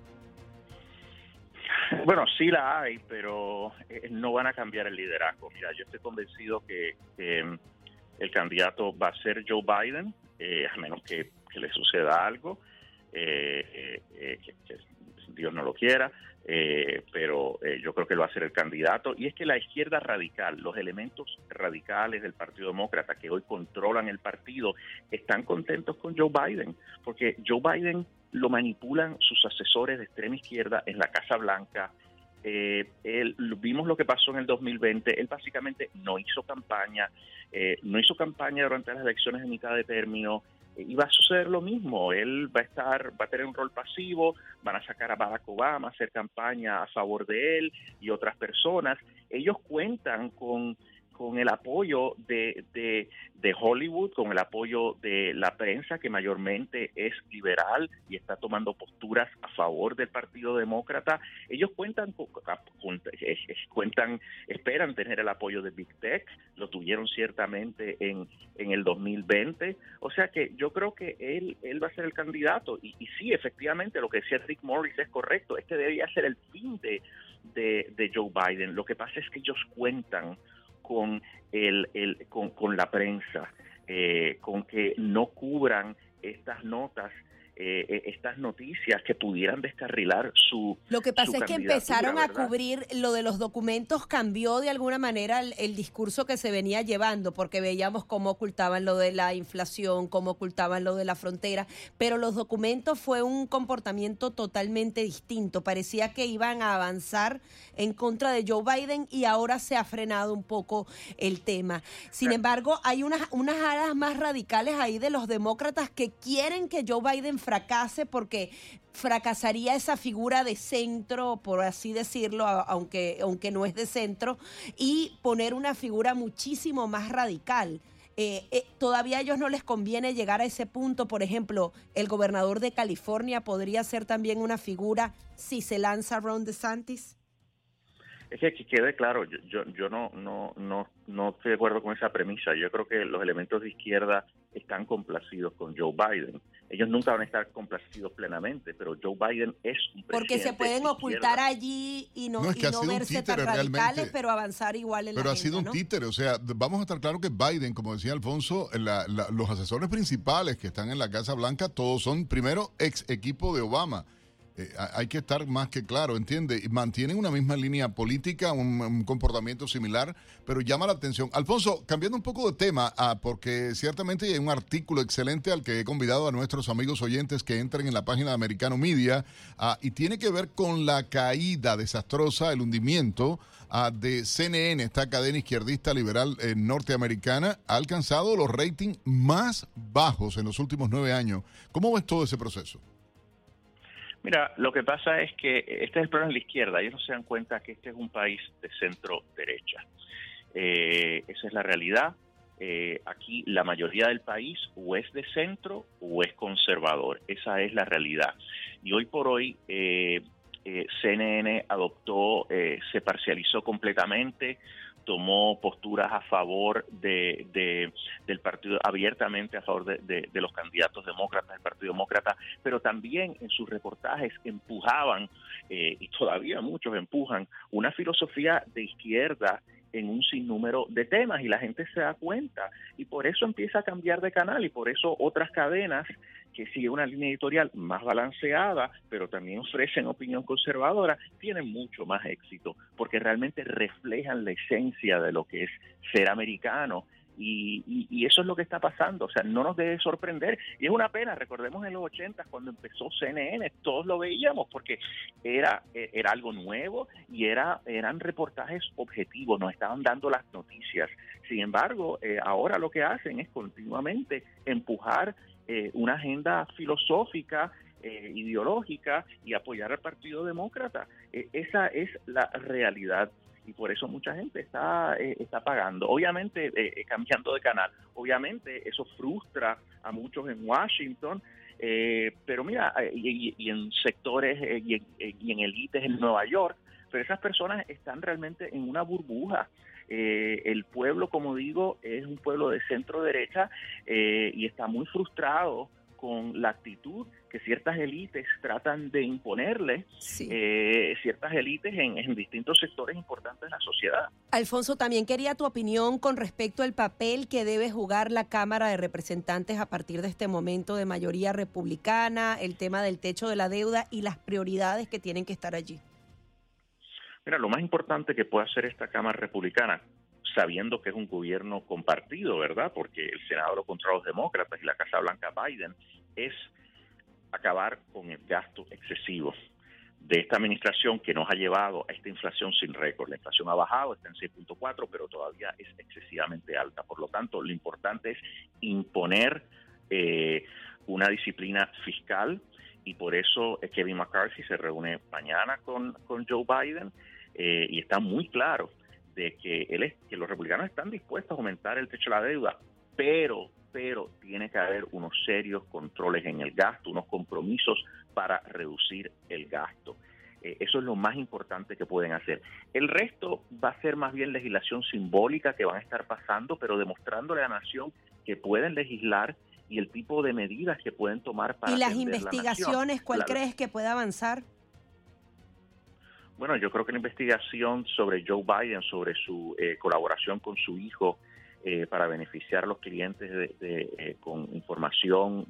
Bueno, sí la hay, pero no van a cambiar el liderazgo. Mira, yo estoy convencido que el candidato va a ser Joe Biden, a menos que le suceda algo. Que Dios no lo quiera, pero yo creo que lo va a ser el candidato. Y es que la izquierda radical, los elementos radicales del Partido Demócrata que hoy controlan el partido, están contentos con Joe Biden, porque Joe Biden lo manipulan sus asesores de extrema izquierda en la Casa Blanca. Vimos lo que pasó en el 2020. Él básicamente no hizo campaña durante las elecciones de mitad de término. Y va a suceder lo mismo. Él va a tener un rol pasivo, van a sacar a Barack Obama a hacer campaña a favor de él y otras personas. Ellos cuentan con el apoyo de Hollywood, con el apoyo de la prensa, que mayormente es liberal y está tomando posturas a favor del Partido Demócrata. Ellos esperan tener el apoyo de Big Tech, lo tuvieron ciertamente en el 2020. O sea que yo creo que él va a ser el candidato. Y sí, efectivamente, lo que decía Rick Morris es correcto. Este debería ser el fin de Joe Biden. Lo que pasa es que ellos cuentan con la prensa, con que no cubran estas notas, estas noticias que pudieran descarrilar su Lo que pasa es que empezaron a ¿verdad? cubrir lo de los documentos, cambió de alguna manera el discurso que se venía llevando, porque veíamos cómo ocultaban lo de la inflación, cómo ocultaban lo de la frontera, pero los documentos fue un comportamiento totalmente distinto. Parecía que iban a avanzar en contra de Joe Biden y ahora se ha frenado un poco el tema. Sin embargo, hay unas alas más radicales ahí de los demócratas que quieren que Joe Biden fracase porque fracasaría esa figura de centro, por así decirlo, aunque no es de centro, y poner una figura muchísimo más radical. Todavía a ellos no les conviene llegar a ese punto. Por ejemplo, el gobernador de California podría ser también una figura si se lanza Ron DeSantis. Es que quede claro, yo no estoy de acuerdo con esa premisa. Yo creo que los elementos de izquierda están complacidos con Joe Biden. Ellos nunca van a estar complacidos plenamente, pero Joe Biden es un presidente. Porque se pueden ocultar allí y no verse tan radicales, pero avanzar igual en la agenda, Pero ha sido un títere, o sea, vamos a estar claro que Biden, como decía Alfonso, los asesores principales que están en la Casa Blanca, todos son, primero, ex equipo de Obama. Hay que estar más que claro, ¿entiende? Mantienen una misma línea política, un comportamiento similar, pero llama la atención. Alfonso, cambiando un poco de tema, porque ciertamente hay un artículo excelente al que he convidado a nuestros amigos oyentes que entren en la página de Americano Media, y tiene que ver con la caída desastrosa, el hundimiento de CNN, esta cadena izquierdista liberal norteamericana, ha alcanzado los ratings más bajos en los últimos 9 años. ¿Cómo ves todo ese proceso? Mira, lo que pasa es que este es el problema de la izquierda. Ellos no se dan cuenta que este es un país de centro-derecha. Esa es la realidad. Aquí la mayoría del país o es de centro o es conservador. Esa es la realidad. Y hoy por hoy CNN adoptó, se parcializó completamente, tomó posturas a favor del partido, abiertamente a favor de los candidatos demócratas, del Partido Demócrata, pero también en sus reportajes empujaban, y todavía muchos empujan, una filosofía de izquierda en un sinnúmero de temas, y la gente se da cuenta, y por eso empieza a cambiar de canal, y por eso otras cadenas que siguen una línea editorial más balanceada, pero también ofrecen opinión conservadora, tienen mucho más éxito, porque realmente reflejan la esencia de lo que es ser americano, Y eso es lo que está pasando, o sea, no nos debe sorprender. Y es una pena, recordemos en los 80 cuando empezó CNN, todos lo veíamos porque era algo nuevo y eran reportajes objetivos, nos estaban dando las noticias. Sin embargo, ahora lo que hacen es continuamente empujar una agenda filosófica, ideológica y apoyar al Partido Demócrata. Esa es la realidad. Y por eso mucha gente está pagando. Obviamente, cambiando de canal, obviamente eso frustra a muchos en Washington, pero mira, y en sectores y en élites en Nueva York, pero esas personas están realmente en una burbuja. El pueblo, como digo, es un pueblo de centro derecha y está muy frustrado con la actitud que ciertas élites tratan de imponerle, ciertas élites en distintos sectores importantes de la sociedad. Alfonso, también quería tu opinión con respecto al papel que debe jugar la Cámara de Representantes a partir de este momento de mayoría republicana, el tema del techo de la deuda y las prioridades que tienen que estar allí. Mira, lo más importante que puede hacer esta Cámara Republicana, sabiendo que es un gobierno compartido, ¿verdad? Porque el Senado lo controla los demócratas y la Casa Blanca Biden, es acabar con el gasto excesivo de esta administración que nos ha llevado a esta inflación sin récord. La inflación ha bajado, está en 6.4, pero todavía es excesivamente alta. Por lo tanto, lo importante es imponer una disciplina fiscal y por eso Kevin McCarthy se reúne mañana con Joe Biden y está muy claro de que los republicanos están dispuestos a aumentar el techo de la deuda, pero tiene que haber unos serios controles en el gasto, unos compromisos para reducir el gasto. Eso es lo más importante que pueden hacer. El resto va a ser más bien legislación simbólica que van a estar pasando, pero demostrándole a la nación que pueden legislar y el tipo de medidas que pueden tomar para atender la nación. ¿Y las investigaciones, cuál crees que pueda avanzar? Bueno, yo creo que la investigación sobre Joe Biden, sobre su colaboración con su hijo para beneficiar a los clientes con información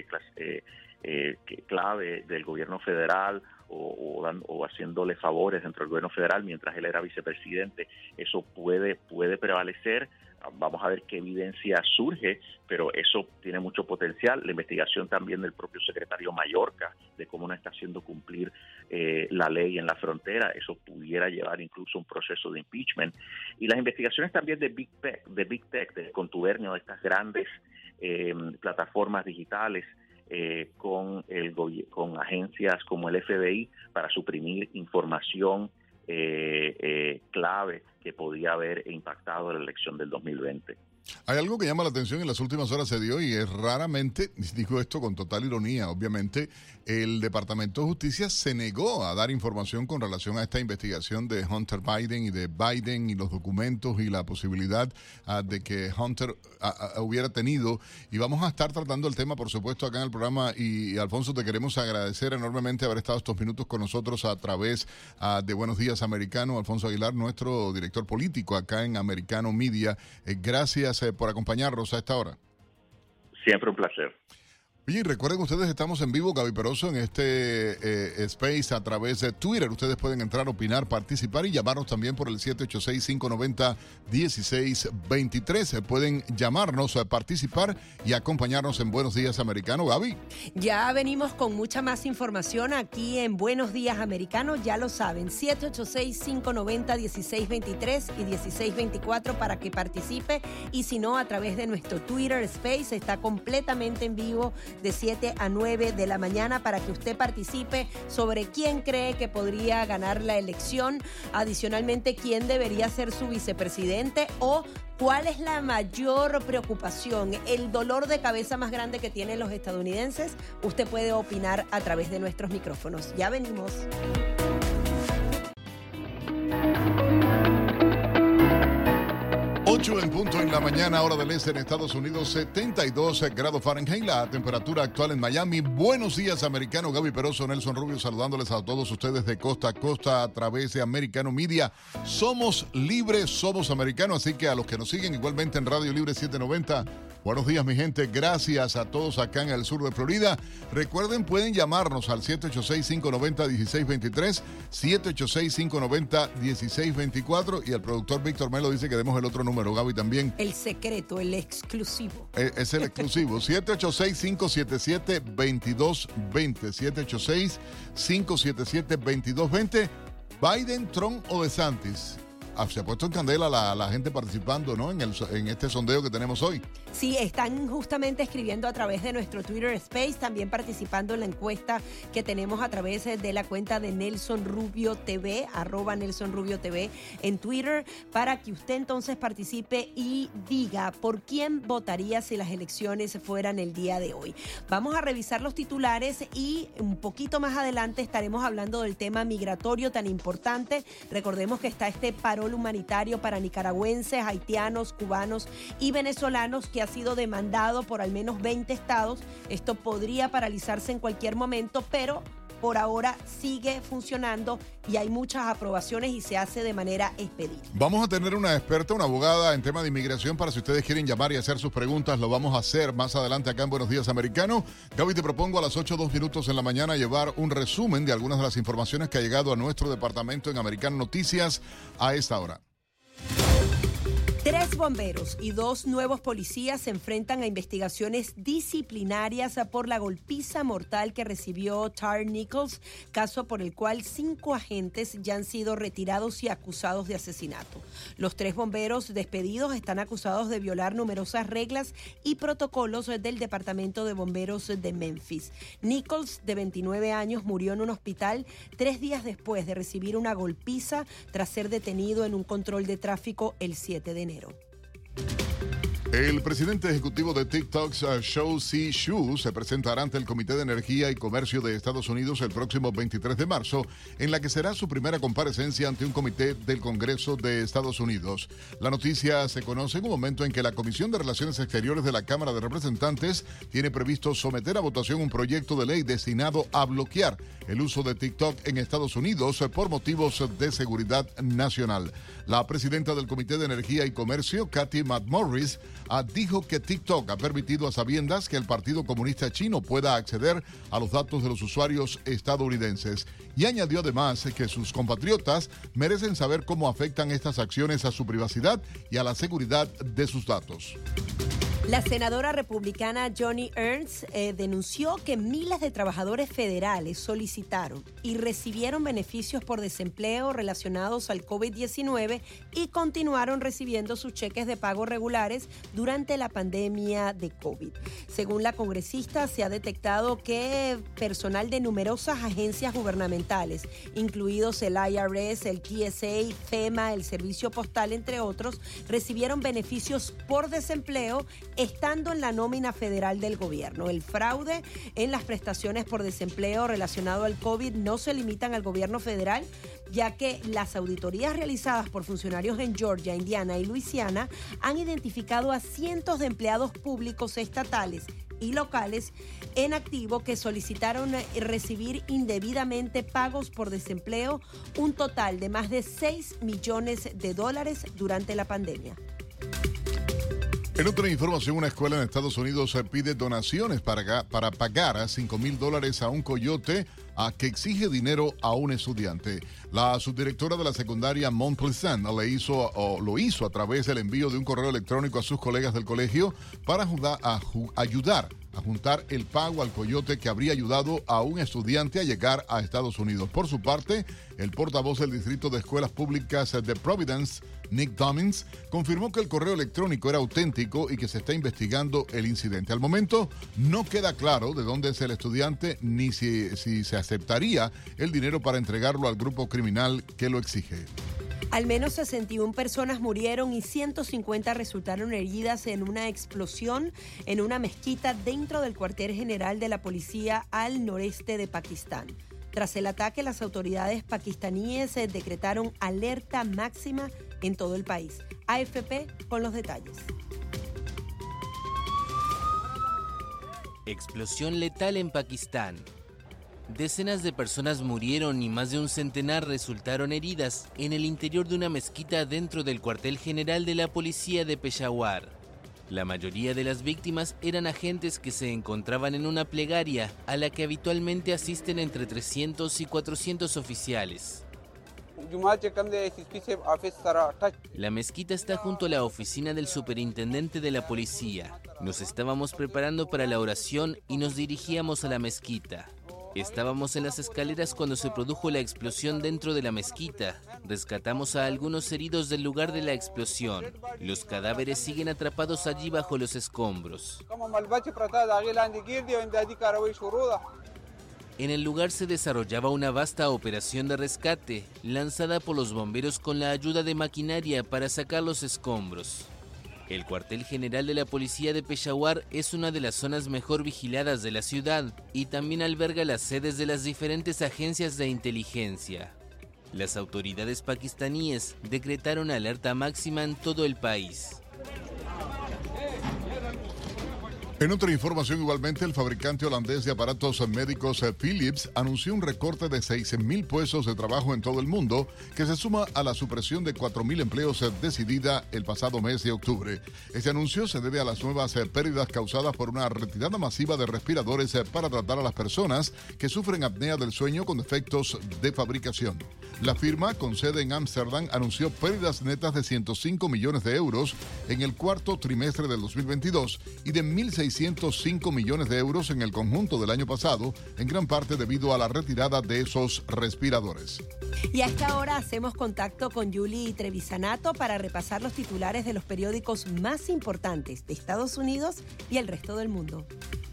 clave del gobierno federal o haciéndole favores dentro del gobierno federal mientras él era vicepresidente, eso puede prevalecer. Vamos a ver qué evidencia surge, pero eso tiene mucho potencial. La investigación también del propio secretario Mayorkas, de cómo no está haciendo cumplir la ley en la frontera, eso pudiera llevar incluso a un proceso de impeachment. Y las investigaciones también de Big Tech, del contubernio de estas grandes plataformas digitales con agencias como el FBI para suprimir información clave que podía haber impactado la elección del 2020. Hay algo que llama la atención en las últimas horas se dio y es raramente, digo esto con total ironía, obviamente, el Departamento de Justicia se negó a dar información con relación a esta investigación de Hunter Biden y de Biden y los documentos y la posibilidad de que Hunter hubiera tenido. Y vamos a estar tratando el tema, por supuesto, acá en el programa. Y Alfonso, te queremos agradecer enormemente haber estado estos minutos con nosotros a través de Buenos Días Americano. Alfonso Aguilar, nuestro director político acá en Americano Media. Gracias por acompañarnos a esta hora. Siempre un placer. Oye, recuerden ustedes, estamos en vivo, Gaby Peroso, en este space a través de Twitter. Ustedes pueden entrar, opinar, participar y llamarnos también por el 786-590-1623. Pueden llamarnos, participar y acompañarnos en Buenos Días Americano. Gaby. Ya venimos con mucha más información aquí en Buenos Días Americano, ya lo saben, 786-590-1623 y 1624 para que participe, y si no, a través de nuestro Twitter Space, está completamente en vivo de 7 a 9 de la mañana para que usted participe sobre quién cree que podría ganar la elección, adicionalmente quién debería ser su vicepresidente o cuál es la mayor preocupación, el dolor de cabeza más grande que tienen los estadounidenses. Usted puede opinar a través de nuestros micrófonos. Ya venimos. 8 en punto en la mañana, hora del este en Estados Unidos, 72 grados Fahrenheit, la temperatura actual en Miami. Buenos días, Americano. Gaby Peroso, Nelson Rubio, saludándoles a todos ustedes de costa a costa a través de Americano Media. Somos libres, somos americanos, así que a los que nos siguen igualmente en Radio Libre 790, buenos días, mi gente. Gracias a todos acá en el sur de Florida. Recuerden, pueden llamarnos al 786-590-1623, 786-590-1624, y el productor Víctor Melo dice que demos el otro número. Gaby, también. El secreto, el exclusivo. Es el exclusivo. 786-577-2220. 786-577-2220. Biden, Trump o DeSantis. Se ha puesto en candela la gente participando, ¿no? En este sondeo que tenemos hoy. Sí, están justamente escribiendo a través de nuestro Twitter Space, también participando en la encuesta que tenemos a través de la cuenta de Nelson Rubio TV, @NelsonRubioTV en Twitter, para que usted entonces participe y diga por quién votaría si las elecciones fueran el día de hoy. Vamos a revisar los titulares y un poquito más adelante estaremos hablando del tema migratorio tan importante. Recordemos que está este paro humanitario para nicaragüenses, haitianos, cubanos y venezolanos que ha sido demandado por al menos 20 estados. Esto podría paralizarse en cualquier momento, pero por ahora sigue funcionando y hay muchas aprobaciones y se hace de manera expedita. Vamos a tener una experta, una abogada en tema de inmigración para si ustedes quieren llamar y hacer sus preguntas. Lo vamos a hacer más adelante acá en Buenos Días Americano. Gaby, te propongo a las 8:02 en la mañana llevar un resumen de algunas de las informaciones que ha llegado a nuestro departamento en Americano Noticias a esta hora. 3 bomberos y 2 nuevos policías se enfrentan a investigaciones disciplinarias por la golpiza mortal que recibió Tyre Nichols, caso por el cual 5 agentes ya han sido retirados y acusados de asesinato. Los 3 bomberos despedidos están acusados de violar numerosas reglas y protocolos del Departamento de Bomberos de Memphis. Nichols, de 29 años, murió en un hospital 3 días después de recibir una golpiza tras ser detenido en un control de tráfico el 7 de enero. El presidente ejecutivo de TikTok, Shou Zi Chew, se presentará ante el Comité de Energía y Comercio de Estados Unidos el próximo 23 de marzo, en la que será su primera comparecencia ante un comité del Congreso de Estados Unidos. La noticia se conoce en un momento en que la Comisión de Relaciones Exteriores de la Cámara de Representantes tiene previsto someter a votación un proyecto de ley destinado a bloquear el uso de TikTok en Estados Unidos por motivos de seguridad nacional. La presidenta del Comité de Energía y Comercio, Cathy McMorris, dijo que TikTok ha permitido a sabiendas que el Partido Comunista Chino pueda acceder a los datos de los usuarios estadounidenses. Y añadió además que sus compatriotas merecen saber cómo afectan estas acciones a su privacidad y a la seguridad de sus datos. La senadora republicana Joni Ernst denunció que miles de trabajadores federales solicitaron y recibieron beneficios por desempleo relacionados al COVID-19 y continuaron recibiendo sus cheques de pago regulares durante la pandemia de COVID. Según la congresista, se ha detectado que personal de numerosas agencias gubernamentales, incluidos el IRS, el TSA, FEMA, el Servicio Postal, entre otros, recibieron beneficios por desempleo estando en la nómina federal del gobierno. El fraude en las prestaciones por desempleo relacionado al COVID no se limitan al gobierno federal, ya que las auditorías realizadas por funcionarios en Georgia, Indiana y Luisiana han identificado a cientos de empleados públicos estatales y locales en activo que solicitaron recibir indebidamente pagos por desempleo, un total de más de $6 millones durante la pandemia. En otra información, una escuela en Estados Unidos pide donaciones para pagar a $5,000 a un coyote que exige dinero a un estudiante. La subdirectora de la secundaria Mount Pleasant lo hizo a través del envío de un correo electrónico a sus colegas del colegio para ayudar a juntar el pago al coyote que habría ayudado a un estudiante a llegar a Estados Unidos. Por su parte, el portavoz del Distrito de Escuelas Públicas de Providence, Nick Dommins, confirmó que el correo electrónico era auténtico y que se está investigando el incidente. Al momento, no queda claro de dónde es el estudiante ni si se aceptaría el dinero para entregarlo al grupo criminal que lo exige. Al menos 61 personas murieron y 150 resultaron heridas en una explosión en una mezquita dentro del cuartel general de la policía al noreste de Pakistán. Tras el ataque, las autoridades pakistaníes decretaron alerta máxima en todo el país. AFP con los detalles. Explosión letal en Pakistán. Decenas de personas murieron y más de un centenar resultaron heridas en el interior de una mezquita dentro del cuartel general de la policía de Peshawar. La mayoría de las víctimas eran agentes que se encontraban en una plegaria a la que habitualmente asisten entre 300 y 400 oficiales. La mezquita está junto a la oficina del superintendente de la policía. Nos estábamos preparando para la oración y nos dirigíamos a la mezquita. Estábamos en las escaleras cuando se produjo la explosión dentro de la mezquita. Rescatamos a algunos heridos del lugar de la explosión. Los cadáveres siguen atrapados allí bajo los escombros. En el lugar se desarrollaba una vasta operación de rescate, lanzada por los bomberos con la ayuda de maquinaria para sacar los escombros. El cuartel general de la policía de Peshawar es una de las zonas mejor vigiladas de la ciudad y también alberga las sedes de las diferentes agencias de inteligencia. Las autoridades pakistaníes decretaron alerta máxima en todo el país. En otra información, igualmente, el fabricante holandés de aparatos médicos Philips anunció un recorte de 6.000 puestos de trabajo en todo el mundo, que se suma a la supresión de 4.000 empleos decidida el pasado mes de octubre. Este anuncio se debe a las nuevas pérdidas causadas por una retirada masiva de respiradores para tratar a las personas que sufren apnea del sueño con defectos de fabricación. La firma, con sede en Ámsterdam, anunció pérdidas netas de 105 millones de euros en el cuarto trimestre del 2022 y de 1.605 millones de euros en el conjunto del año pasado, en gran parte debido a la retirada de esos respiradores. Y a esta hora hacemos contacto con Yuli Trevisanato para repasar los titulares de los periódicos más importantes de Estados Unidos y el resto del mundo.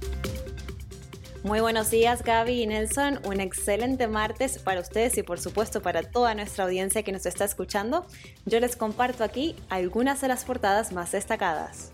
Muy buenos días, Gaby y Nelson. Un excelente martes para ustedes y por supuesto para toda nuestra audiencia que nos está escuchando. Yo les comparto aquí algunas de las portadas más destacadas.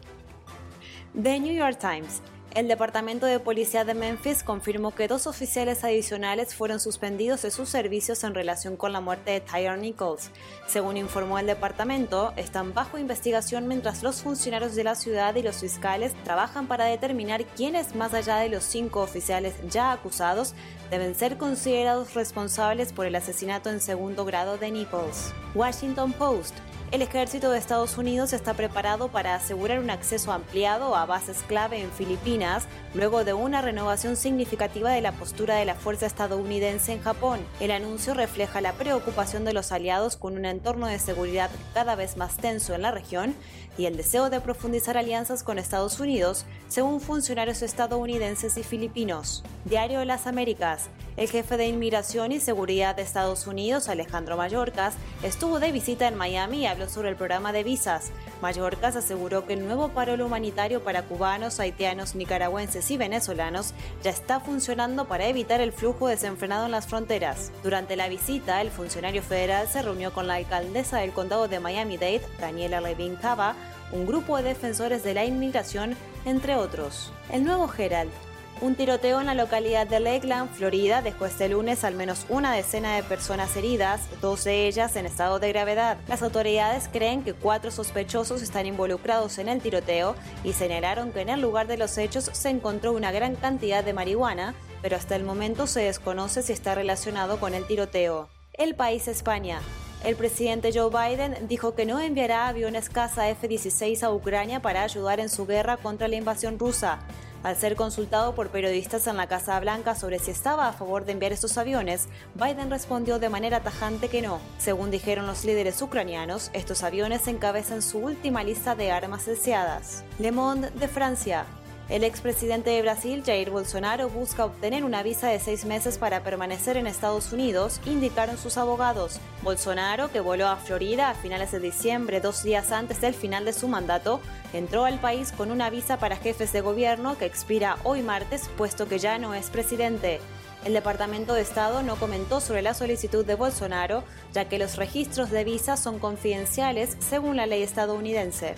The New York Times. El Departamento de Policía de Memphis confirmó que 2 oficiales adicionales fueron suspendidos de sus servicios en relación con la muerte de Tyre Nichols. Según informó el departamento, están bajo investigación mientras los funcionarios de la ciudad y los fiscales trabajan para determinar quiénes, más allá de los 5 oficiales ya acusados, deben ser considerados responsables por el asesinato en segundo grado de Nichols. Washington Post. El ejército de Estados Unidos está preparado para asegurar un acceso ampliado a bases clave en Filipinas, luego de una renovación significativa de la postura de la fuerza estadounidense en Japón. El anuncio refleja la preocupación de los aliados con un entorno de seguridad cada vez más tenso en la región y el deseo de profundizar alianzas con Estados Unidos, según funcionarios estadounidenses y filipinos. Diario de las Américas. El jefe de Inmigración y Seguridad de Estados Unidos, Alejandro Mayorkas, estuvo de visita en Miami y habló sobre el programa de visas. Mayorkas aseguró que el nuevo parol humanitario para cubanos, haitianos, nicaragüenses y venezolanos ya está funcionando para evitar el flujo desenfrenado en las fronteras. Durante la visita, el funcionario federal se reunió con la alcaldesa del condado de Miami-Dade, Daniela Levin Cava, un grupo de defensores de la inmigración, entre otros. El nuevo Herald. Un tiroteo en la localidad de Lakeland, Florida, dejó este lunes al menos una decena de personas heridas, 2 de ellas en estado de gravedad. Las autoridades creen que 4 sospechosos están involucrados en el tiroteo y señalaron que en el lugar de los hechos se encontró una gran cantidad de marihuana, pero hasta el momento se desconoce si está relacionado con el tiroteo. El país, España. El presidente Joe Biden dijo que no enviará aviones caza F-16 a Ucrania para ayudar en su guerra contra la invasión rusa. Al ser consultado por periodistas en la Casa Blanca sobre si estaba a favor de enviar estos aviones, Biden respondió de manera tajante que no. Según dijeron los líderes ucranianos, estos aviones encabezan su última lista de armas deseadas. Le Monde de Francia. El expresidente de Brasil, Jair Bolsonaro, busca obtener una visa de 6 meses para permanecer en Estados Unidos, indicaron sus abogados. Bolsonaro, que voló a Florida a finales de diciembre, 2 días antes del final de su mandato, entró al país con una visa para jefes de gobierno que expira hoy martes, puesto que ya no es presidente. El Departamento de Estado no comentó sobre la solicitud de Bolsonaro, ya que los registros de visa son confidenciales según la ley estadounidense.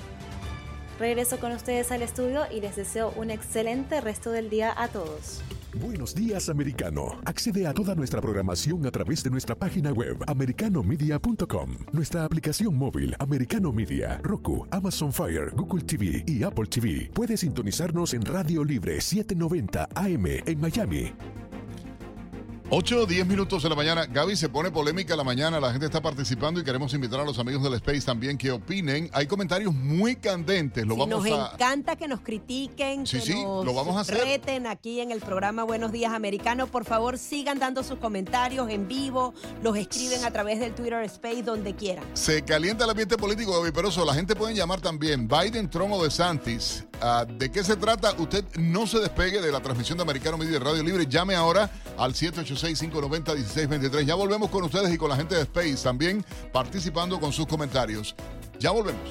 Regreso con ustedes al estudio y les deseo un excelente resto del día a todos. Buenos días, americano. Accede a toda nuestra programación a través de nuestra página web, americanomedia.com. Nuestra aplicación móvil, Americano Media, Roku, Amazon Fire, Google TV y Apple TV. Puedes sintonizarnos en Radio Libre 790 AM en Miami. 8 o 10 minutos de la mañana. Gaby, se pone polémica la mañana, la gente está participando y queremos invitar a los amigos del Space también que opinen. Hay comentarios muy candentes. Nos encanta que nos critiquen, lo vamos a hacer. Reten aquí en el programa Buenos Días Americano. Por favor, sigan dando sus comentarios en vivo, los escriben a través del Twitter Space, donde quieran. Se calienta el ambiente político, Gaby Peroso. La gente puede llamar también. Biden, Trump o DeSantis. ¿De qué se trata? Usted no se despegue de la transmisión de Americano Media Radio Libre. Llame ahora al 786-590-1623. Ya volvemos con ustedes y con la gente de Space también participando con sus comentarios. Ya volvemos.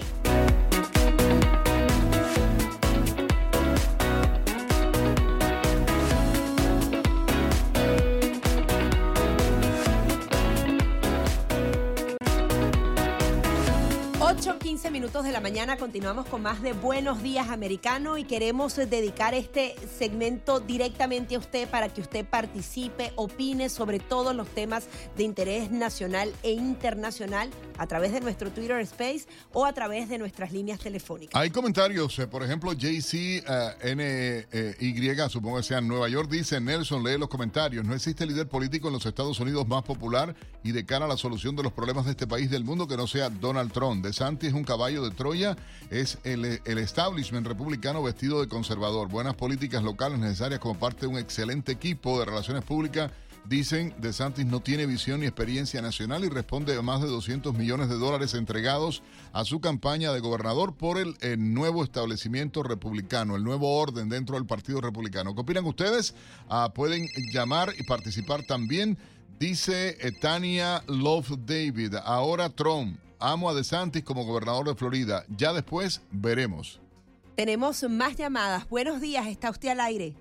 8:15 minutos de la mañana, continuamos con más de Buenos Días Americano y queremos dedicar este segmento directamente a usted para que usted participe, opine sobre todos los temas de interés nacional e internacional a través de nuestro Twitter Space o a través de nuestras líneas telefónicas. Hay comentarios, por ejemplo, JCNY, supongo que sea en Nueva York, dice: Nelson, lee los comentarios. No existe líder político en los Estados Unidos más popular y de cara a la solución de los problemas de este país del mundo que no sea Donald Trump. DeSantis es un caballo de Troya, es el establishment republicano vestido de conservador. Buenas políticas locales necesarias como parte de un excelente equipo de relaciones públicas. Dicen, DeSantis no tiene visión ni experiencia nacional y responde a más de $200 millones entregados a su campaña de gobernador por el nuevo establecimiento republicano, el nuevo orden dentro del Partido Republicano. ¿Qué opinan ustedes? Pueden llamar y participar también. Dice Tania Love David, ahora Trump. Amo a DeSantis como gobernador de Florida. Ya después veremos. Tenemos más llamadas. Buenos días, está usted al aire.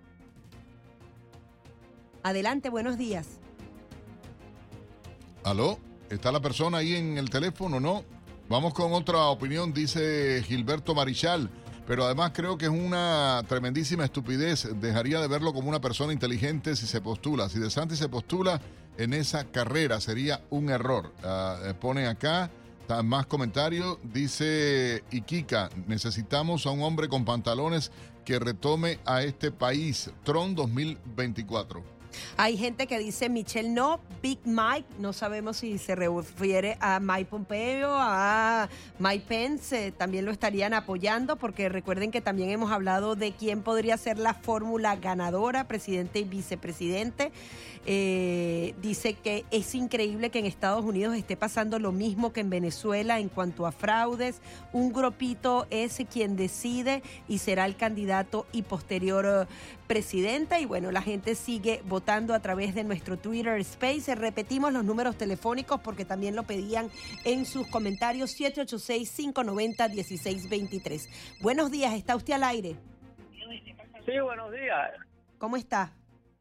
Adelante, buenos días. ¿Aló? ¿Está la persona ahí en el teléfono? No. Vamos con otra opinión, dice Gilberto Marichal. Pero además creo que es una tremendísima estupidez. Dejaría de verlo como una persona inteligente si se postula. Si DeSantis se postula en esa carrera sería un error. Pone acá más comentarios. Dice Iquica, necesitamos a un hombre con pantalones que retome a este país. Trump 2024. Hay gente que dice Michelle no, Big Mike, no sabemos si se refiere a Mike Pompeo, a Mike Pence, también lo estarían apoyando porque recuerden que también hemos hablado de quién podría ser la fórmula ganadora, presidente y vicepresidente. Dice que es increíble que en Estados Unidos esté pasando lo mismo que en Venezuela en cuanto a fraudes. Un grupito es quien decide y será el candidato y posterior presidenta. Y bueno, la gente sigue votando a través de nuestro Twitter Space. Repetimos los números telefónicos porque también lo pedían en sus comentarios. 786-590-1623. Buenos días, ¿está usted al aire? Sí, buenos días. ¿Cómo está?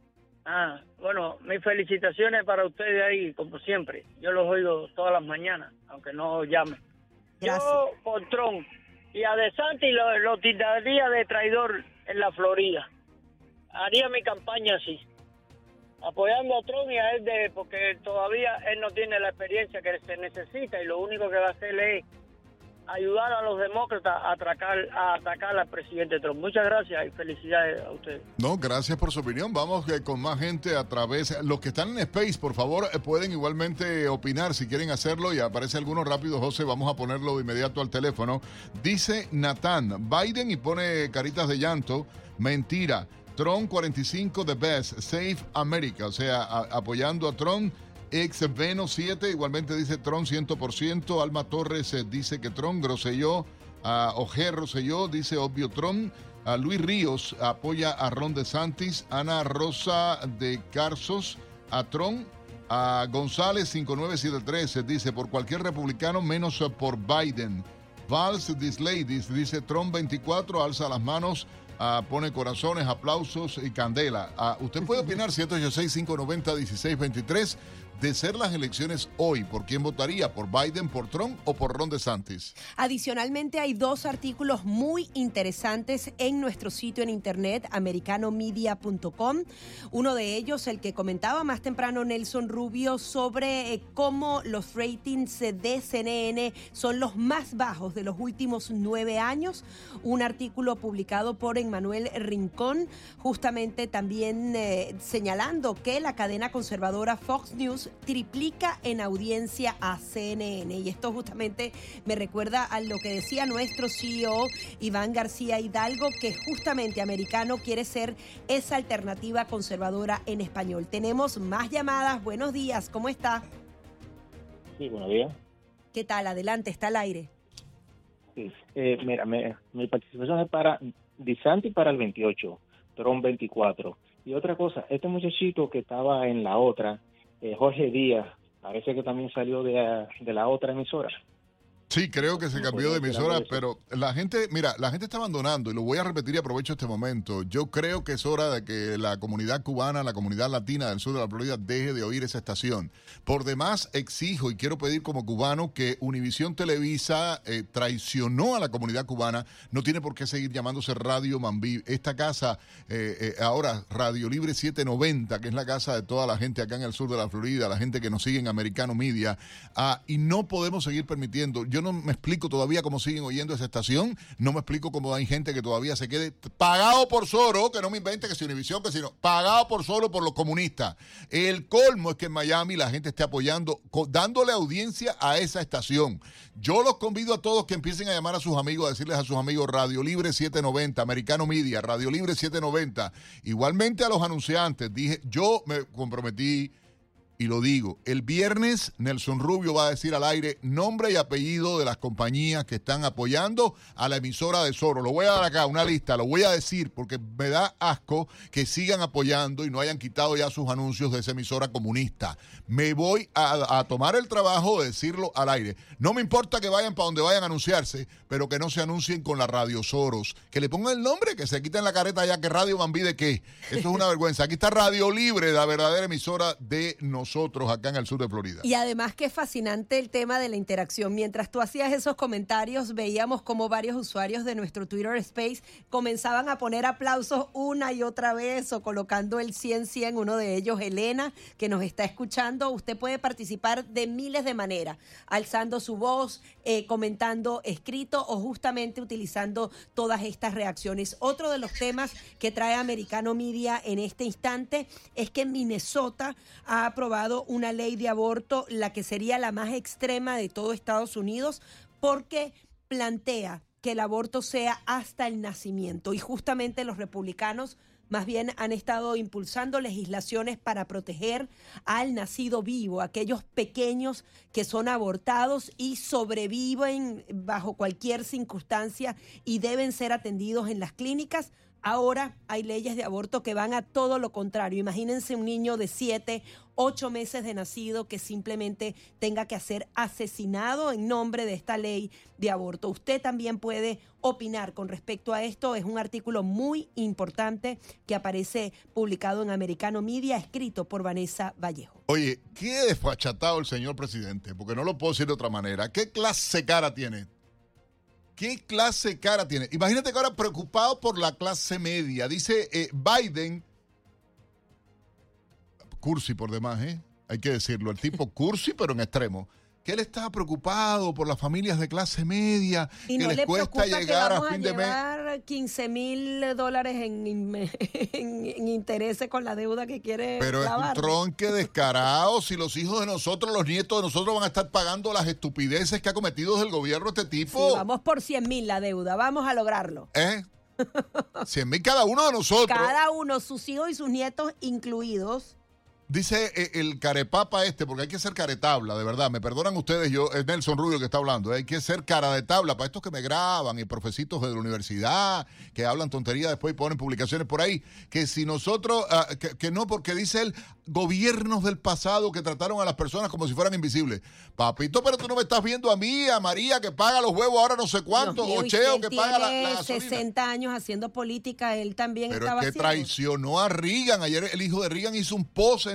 Bueno, mis felicitaciones para ustedes ahí, como siempre. Yo los oigo todas las mañanas, aunque no llamen. Gracias. Yo, por Trump y a DeSantis lo tildaría de traidor en la Florida. Haría mi campaña así, apoyando a Trump y a él, porque todavía él no tiene la experiencia que se necesita y lo único que va a hacer es ayudar a los demócratas a atacar al presidente Trump. Muchas gracias y felicidades a ustedes. No, gracias por su opinión. Vamos con más gente a través. Los que están en Space, por favor, pueden igualmente opinar si quieren hacerlo. Y aparece alguno rápido, José. Vamos a ponerlo de inmediato al teléfono. Dice Natán, Biden y pone caritas de llanto. Mentira. Trump 45, the best. Save America. O sea, apoyando a Trump. Ex Veno 7, igualmente dice Trump 100%. Alma Torres dice que Trump. Groselló, Ojer Rosselló dice obvio Trump. Luis Ríos apoya a Ron DeSantis. Ana Rosa de Carsos a Trump. González 5973 dice por cualquier republicano menos por Biden. Vals This Ladies dice Trump 24, alza las manos. Pone corazones, aplausos y candela. Usted puede opinar 786-590-1623. de ser las elecciones hoy, ¿por quién votaría? ¿Por Biden, por Trump o por Ron DeSantis? Adicionalmente, hay 2 artículos muy interesantes en nuestro sitio en internet, americanomedia.com. Uno de ellos, el que comentaba más temprano Nelson Rubio, sobre cómo los ratings de CNN son los más bajos de los últimos 9 años. Un artículo publicado por Emmanuel Rincón, justamente también señalando que la cadena conservadora Fox News triplica en audiencia a CNN. Y esto justamente me recuerda a lo que decía nuestro CEO Iván García Hidalgo, que justamente Americano quiere ser esa alternativa conservadora en español. Tenemos más llamadas. Buenos días, ¿cómo está? Sí, buenos días. ¿Qué tal? Adelante, está al aire. Sí, mira, mi participación es para DeSantis para el 28, Trump 24. Y otra cosa, este muchachito que estaba en la otra, Jorge Díaz, parece que también salió de la otra emisora. Sí, creo que se cambió de emisora, pero la gente está abandonando, y lo voy a repetir y aprovecho este momento. Yo creo que es hora de que la comunidad cubana, la comunidad latina del sur de la Florida deje de oír esa estación. Por demás, exijo y quiero pedir como cubano que Univisión Televisa traicionó a la comunidad cubana. No tiene por qué seguir llamándose Radio Mambí. Esta casa, ahora Radio Libre 790, que es la casa de toda la gente acá en el sur de la Florida, la gente que nos sigue en Americano Media, y no podemos seguir permitiendo. Yo no me explico todavía cómo siguen oyendo esa estación, no me explico cómo hay gente que todavía se quede pagado por Soros, que no me invente que si Univisión, que si no, pagado por Soros por los comunistas. El colmo es que en Miami la gente esté apoyando, dándole audiencia a esa estación. Yo los convido a todos que empiecen a llamar a sus amigos, a decirles a sus amigos Radio Libre 790, Americano Media, Radio Libre 790. Igualmente a los anunciantes, yo me comprometí, y lo digo, el viernes Nelson Rubio va a decir al aire nombre y apellido de las compañías que están apoyando a la emisora de Soros. Lo voy a dar acá, una lista, lo voy a decir porque me da asco que sigan apoyando y no hayan quitado ya sus anuncios de esa emisora comunista. Me voy a tomar el trabajo de decirlo al aire. No me importa que vayan para donde vayan a anunciarse, pero que no se anuncien con la Radio Soros. Que le pongan el nombre, que se quiten la careta ya, que Radio Mambí de qué. Eso es una vergüenza. Aquí está Radio Libre, la verdadera emisora de nosotros acá en el sur de Florida. Y además que es fascinante el tema de la interacción. Mientras tú hacías esos comentarios, veíamos como varios usuarios de nuestro Twitter Space comenzaban a poner aplausos una y otra vez o colocando el 100-100, uno de ellos, Elena, que nos está escuchando. Usted puede participar de miles de maneras, alzando su voz, comentando escrito o justamente utilizando todas estas reacciones. Otro de los temas que trae Americano Media en este instante es que Minnesota ha aprobado una ley de aborto, la que sería la más extrema de todo Estados Unidos, porque plantea que el aborto sea hasta el nacimiento. Y justamente los republicanos más bien han estado impulsando legislaciones para proteger al nacido vivo, aquellos pequeños que son abortados y sobreviven bajo cualquier circunstancia y deben ser atendidos en las clínicas. Ahora hay leyes de aborto que van a todo lo contrario. Imagínense un niño de 7, 8 meses de nacido que simplemente tenga que ser asesinado en nombre de esta ley de aborto. Usted también puede opinar con respecto a esto. Es un artículo muy importante que aparece publicado en Americano Media, escrito por Vanessa Vallejo. Oye, qué desfachatado el señor presidente, porque no lo puedo decir de otra manera. ¿Qué clase de cara tiene? ¿Qué clase de cara tiene? Imagínate que ahora preocupado por la clase media. Dice Biden, cursi por demás, hay que decirlo, el tipo cursi pero en extremo, que él está preocupado por las familias de clase media, y que no les cuesta llegar a fin de mes. $15,000 en intereses con la deuda que quiere Pero lavar. Es un tronque descarado. Si los hijos de nosotros, los nietos de nosotros van a estar pagando las estupideces que ha cometido desde el gobierno este tipo. Sí, vamos por 100,000 la deuda, vamos a lograrlo. 100,000 cada uno de nosotros. Cada uno, sus hijos y sus nietos incluidos. Dice el carepapa porque hay que ser caretabla, de verdad. Me perdonan ustedes, es Nelson Rubio que está hablando. Hay que ser cara de tabla para estos que me graban y profesitos de la universidad que hablan tontería después y ponen publicaciones por ahí. Que si nosotros, que no, porque dice él, gobiernos del pasado que trataron a las personas como si fueran invisibles. Papito, pero tú no me estás viendo a mí, a María, que paga los huevos ahora no sé cuánto, o Cheo, que paga la gasolina. 60 años haciendo política, él también pero estaba es que haciendo. traicionó a Reagan. Ayer el hijo de Reagan hizo un post en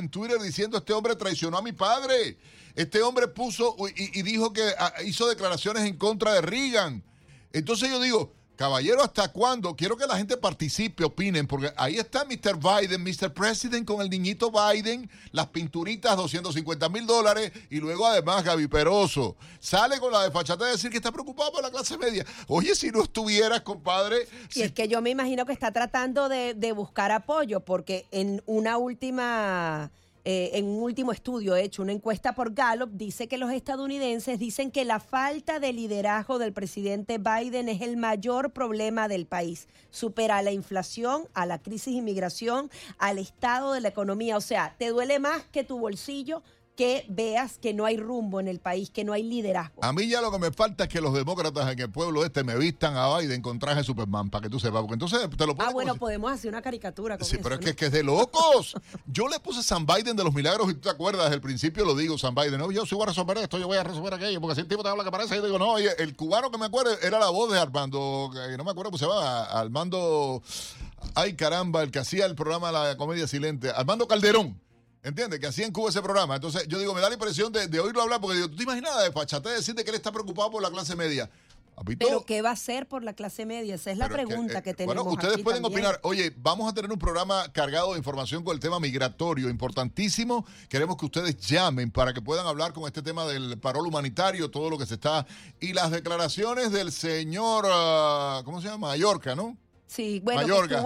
en Twitter diciendo este hombre traicionó a mi padre. Este hombre puso y dijo que hizo declaraciones en contra de Reagan. Entonces yo digo, caballero, ¿hasta cuándo? Quiero que la gente participe, opinen, porque ahí está Mr. Biden, Mr. President con el niñito Biden, las pinturitas, $250,000, y luego además Gaby Peroso sale con la desfachatez de decir que está preocupado por la clase media. Oye, si no estuvieras, compadre... Y es que yo me imagino que está tratando de buscar apoyo, porque en una última... en un último estudio hecho, una encuesta por Gallup, dice que los estadounidenses dicen que la falta de liderazgo del presidente Biden es el mayor problema del país. Supera a la inflación, a la crisis de inmigración, al estado de la economía. O sea, te duele más que tu bolsillo que veas que no hay rumbo en el país, que no hay liderazgo. A mí ya lo que me falta es que los demócratas en el pueblo me vistan a Biden con traje de Superman, para que tú sepas, porque entonces te lo pones... Bueno, podemos hacer una caricatura con sí, eso, pero ¿no? es que es de locos. Yo le puse San Biden de los milagros y tú te acuerdas, desde el principio lo digo, San Biden, no, yo sí voy a resolver esto, yo voy a resolver aquello, porque si el tipo te habla que parece, y digo, no, oye, el cubano que me acuerdo era la voz de Armando, no me acuerdo cómo se llama, Armando, ay caramba, el que hacía el programa La Comedia Silente, Armando Calderón. ¿Entiendes? Que hacía en Cuba ese programa. Entonces, yo digo, me da la impresión de oírlo hablar, porque digo, ¿tú te imaginas de fachate decirte que él está preocupado por la clase media? Papito, ¿pero qué va a hacer por la clase media? Esa es la pregunta que tenemos. Bueno, ustedes aquí pueden también opinar. Oye, vamos a tener un programa cargado de información con el tema migratorio, importantísimo. Queremos que ustedes llamen para que puedan hablar con este tema del parol humanitario, todo lo que se está... Y las declaraciones del señor, ¿cómo se llama? Mallorca, ¿no? Sí, bueno, Mallorca.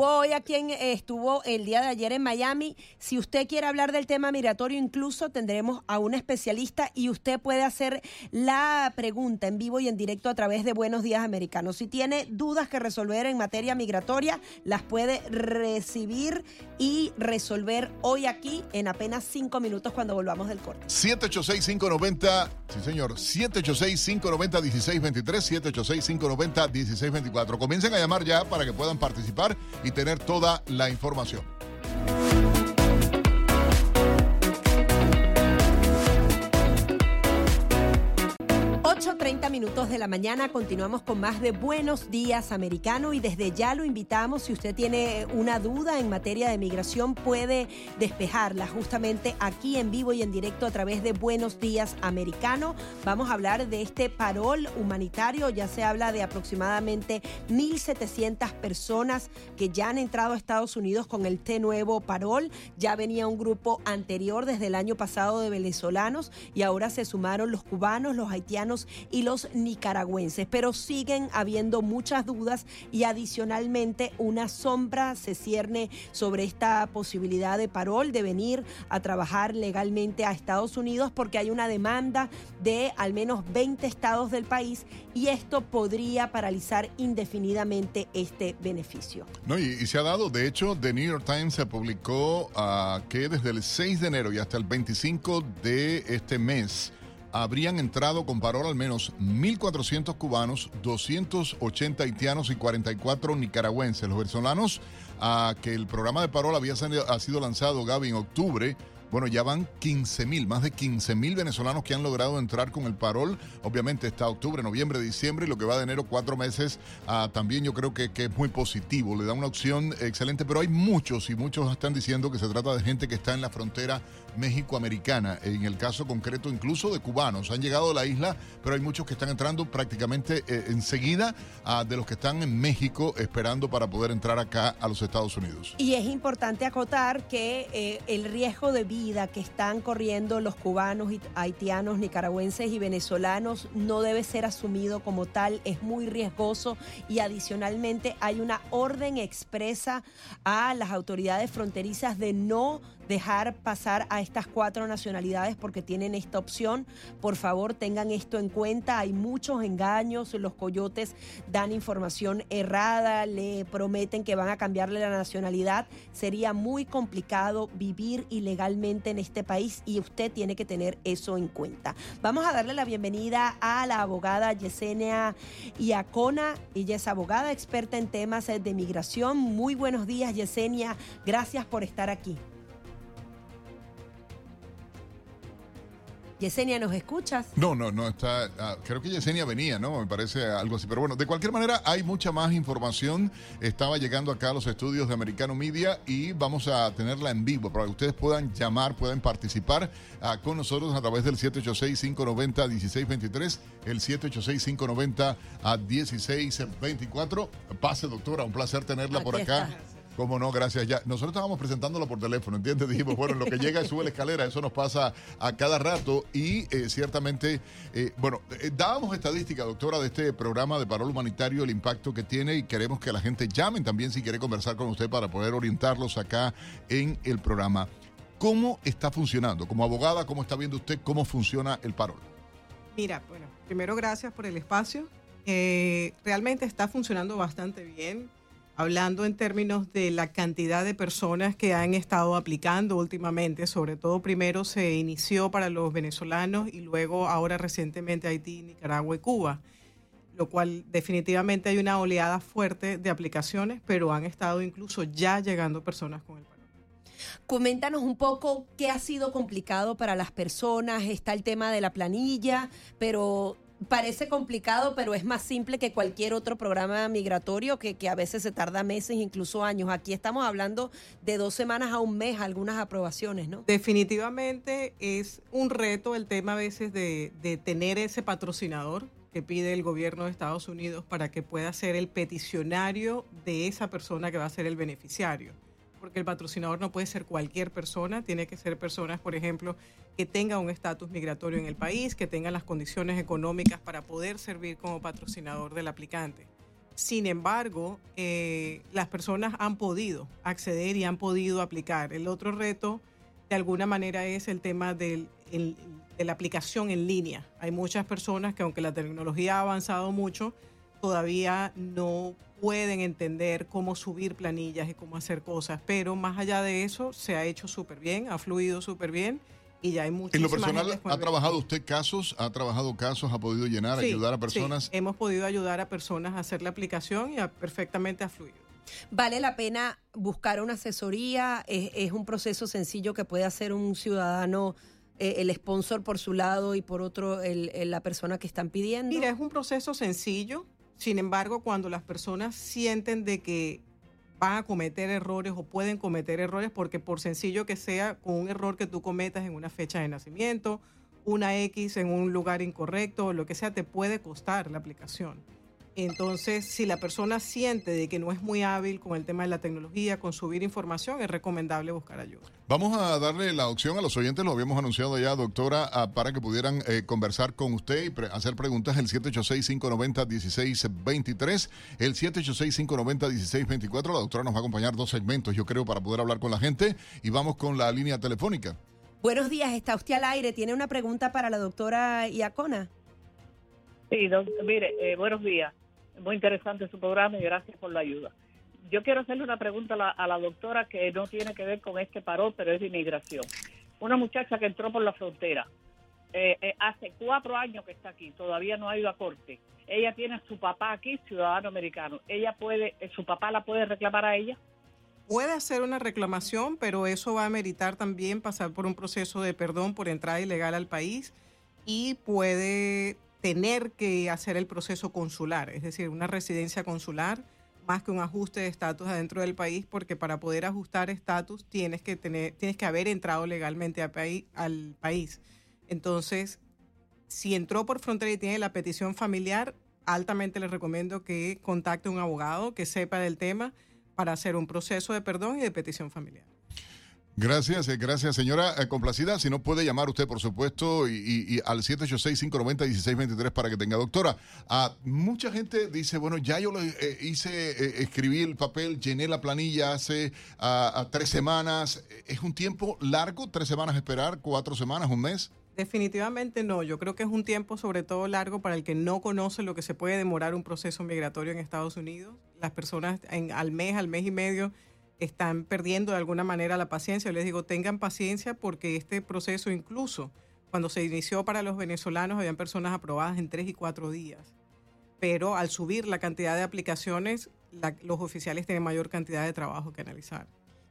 Estuvo el día de ayer en Miami. Si usted quiere hablar del tema migratorio, incluso tendremos a un especialista y usted puede hacer la pregunta en vivo y en directo a través de Buenos Días Americanos. Si tiene dudas que resolver en materia migratoria, las puede recibir y resolver hoy aquí en apenas 5 minutos cuando volvamos del corte. 786-590, sí señor, 786-590-1623, 786-590-1624. Comiencen a llamar ya para que puedan participar y tener toda la información. 8:30 minutos de la mañana, continuamos con más de Buenos Días Americano y desde ya lo invitamos, si usted tiene una duda en materia de migración, puede despejarla justamente aquí en vivo y en directo a través de Buenos Días Americano. Vamos a hablar de este parol humanitario, ya se habla de aproximadamente 1.700 personas que ya han entrado a Estados Unidos con este nuevo parol. Ya venía un grupo anterior desde el año pasado de venezolanos y ahora se sumaron los cubanos, los haitianos y los nicaragüenses, pero siguen habiendo muchas dudas y adicionalmente una sombra se cierne sobre esta posibilidad de parol, de venir a trabajar legalmente a Estados Unidos, porque hay una demanda de al menos 20 estados del país y esto podría paralizar indefinidamente este beneficio. No, y se ha dado, de hecho, The New York Times se publicó que desde el 6 de enero y hasta el 25 de este mes habrían entrado con parol al menos 1.400 cubanos, 280 haitianos y 44 nicaragüenses. Los venezolanos, que el programa de parol ha sido lanzado, Gaby, en octubre. Bueno, ya van 15,000, más de 15,000 venezolanos que han logrado entrar con el parol. Obviamente está octubre, noviembre, diciembre y lo que va de enero, 4 meses. También yo creo que es muy positivo, le da una opción excelente, pero hay muchos y muchos están diciendo que se trata de gente que está en la frontera México-americana. En el caso concreto incluso de cubanos. Han llegado a la isla, pero hay muchos que están entrando prácticamente enseguida de los que están en México esperando para poder entrar acá a los Estados Unidos. Y es importante acotar que el riesgo de vida que están corriendo los cubanos, haitianos, nicaragüenses y venezolanos no debe ser asumido como tal, es muy riesgoso y adicionalmente hay una orden expresa a las autoridades fronterizas de no dejar pasar a estas 4 nacionalidades porque tienen esta opción. Por favor, tengan esto en cuenta. Hay muchos engaños. Los coyotes dan información errada, le prometen que van a cambiarle la nacionalidad. Sería muy complicado vivir ilegalmente en este país y usted tiene que tener eso en cuenta. Vamos a darle la bienvenida a la abogada Yesenia Iacona. Ella es abogada experta en temas de migración. Muy buenos días, Yesenia. Gracias por estar aquí. Yesenia, ¿nos escuchas? No está. Creo que Yesenia venía, ¿no? Me parece algo así. Pero bueno, de cualquier manera, hay mucha más información. Estaba llegando acá a los estudios de Americano Media y vamos a tenerla en vivo para que ustedes puedan llamar, puedan participar con nosotros a través del 786-590-1623, el 786-590-1624. Pase, doctora, un placer tenerla por acá. Está. Cómo no, gracias. Ya nosotros estábamos presentándola por teléfono, ¿entiendes? Dijimos, bueno, en lo que llega y sube la escalera, eso nos pasa a cada rato y ciertamente, dábamos estadística, doctora, de este programa de Parol Humanitario, el impacto que tiene y queremos que la gente llamen también si quiere conversar con usted para poder orientarlos acá en el programa. ¿Cómo está funcionando? Como abogada, ¿cómo está viendo usted cómo funciona el Parol? Mira, bueno, primero gracias por el espacio. Realmente está funcionando bastante bien. Hablando en términos de la cantidad de personas que han estado aplicando últimamente, sobre todo primero se inició para los venezolanos y luego ahora recientemente Haití, Nicaragua y Cuba, lo cual definitivamente hay una oleada fuerte de aplicaciones, pero han estado incluso ya llegando personas con el paro. Coméntanos un poco qué ha sido complicado para las personas. Está el tema de la planilla, pero parece complicado, pero es más simple que cualquier otro programa migratorio que a veces se tarda meses, incluso años. Aquí estamos hablando de 2 semanas a un mes, algunas aprobaciones, ¿no? Definitivamente es un reto el tema a veces de tener ese patrocinador que pide el gobierno de Estados Unidos para que pueda ser el peticionario de esa persona que va a ser el beneficiario. Porque el patrocinador no puede ser cualquier persona, tiene que ser personas, por ejemplo, que tengan un estatus migratorio en el país, que tengan las condiciones económicas para poder servir como patrocinador del aplicante. Sin embargo, las personas han podido acceder y han podido aplicar. El otro reto, de alguna manera, es el tema de la aplicación en línea. Hay muchas personas que, aunque la tecnología ha avanzado mucho, todavía no pueden entender cómo subir planillas y cómo hacer cosas, pero más allá de eso se ha hecho súper bien, ha fluido súper bien y ya hay muchísimas. En lo personal, ¿ha trabajado usted casos? ¿Ha trabajado casos? ¿Ha podido llenar, ayudar a personas? Sí, hemos podido ayudar a personas a hacer la aplicación y perfectamente ha fluido. ¿Vale la pena buscar una asesoría? ¿Es un proceso sencillo que puede hacer un ciudadano, el sponsor por su lado y por otro la persona que están pidiendo? Mira, es un proceso sencillo. Sin embargo, cuando las personas sienten de que van a cometer errores o pueden cometer errores, porque por sencillo que sea, con un error que tú cometas en una fecha de nacimiento, una X en un lugar incorrecto, o lo que sea, te puede costar la aplicación. Entonces, si la persona siente de que no es muy hábil con el tema de la tecnología, con subir información, es recomendable buscar ayuda. Vamos a darle la opción a los oyentes, lo habíamos anunciado ya, doctora, para que pudieran conversar con usted y hacer preguntas. El 786-590-1623, el 786-590-1624. La doctora nos va a acompañar 2 segmentos, yo creo, para poder hablar con la gente. Y vamos con la línea telefónica. Buenos días, está usted al aire. ¿Tiene una pregunta para la doctora Iacona? Sí, mire, buenos días. Muy interesante su programa y gracias por la ayuda. Yo quiero hacerle una pregunta a la doctora que no tiene que ver con este paro, pero es de inmigración. Una muchacha que entró por la frontera, hace 4 años que está aquí, todavía no ha ido a corte. Ella tiene a su papá aquí, ciudadano americano. ¿Su papá la puede reclamar a ella? Puede hacer una reclamación, pero eso va a meritar también pasar por un proceso de perdón por entrada ilegal al país y puede tener que hacer el proceso consular, es decir, una residencia consular, más que un ajuste de estatus adentro del país, porque para poder ajustar estatus tienes que haber entrado legalmente al país. Entonces, si entró por frontera y tiene la petición familiar, altamente les recomiendo que contacte a un abogado que sepa del tema para hacer un proceso de perdón y de petición familiar. Gracias, señora. Complacida, si no puede llamar usted, por supuesto, y al 786-590-1623 para que tenga. Doctora, mucha gente dice, bueno, ya yo lo hice, escribí el papel, llené la planilla hace 3 semanas. ¿Es un tiempo largo, 3 semanas esperar, 4 semanas, un mes? Definitivamente no. Yo creo que es un tiempo sobre todo largo para el que no conoce lo que se puede demorar un proceso migratorio en Estados Unidos. Las personas al mes y medio, están perdiendo de alguna manera la paciencia. Yo les digo, tengan paciencia porque este proceso, incluso cuando se inició para los venezolanos, habían personas aprobadas en 3 y 4 días. Pero al subir la cantidad de aplicaciones, los oficiales tienen mayor cantidad de trabajo que analizar.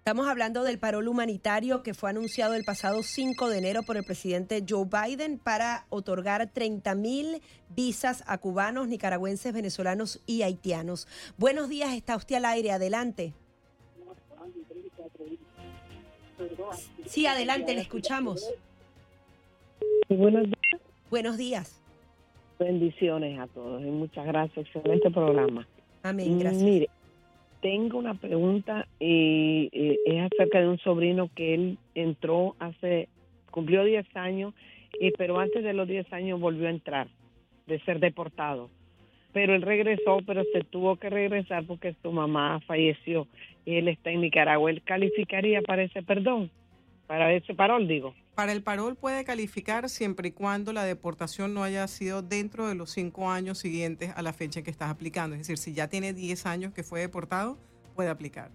Estamos hablando del parol humanitario que fue anunciado el pasado 5 de enero por el presidente Joe Biden para otorgar 30,000 visas a cubanos, nicaragüenses, venezolanos y haitianos. Buenos días, está usted al aire, adelante. Sí, adelante, le escuchamos. Buenos días. Buenos días. Bendiciones a todos y muchas gracias. Excelente programa. Amén, gracias. Mire, tengo una pregunta y es acerca de un sobrino que él cumplió 10 años, pero antes de los 10 años volvió a entrar, de ser deportado. Pero él regresó, pero se tuvo que regresar porque su mamá falleció y él está en Nicaragua. ¿Él calificaría para ese perdón? Para ese parol, digo. Para el parol puede calificar siempre y cuando la deportación no haya sido dentro de los 5 años siguientes a la fecha en que estás aplicando. Es decir, si ya tiene 10 años que fue deportado, puede aplicar.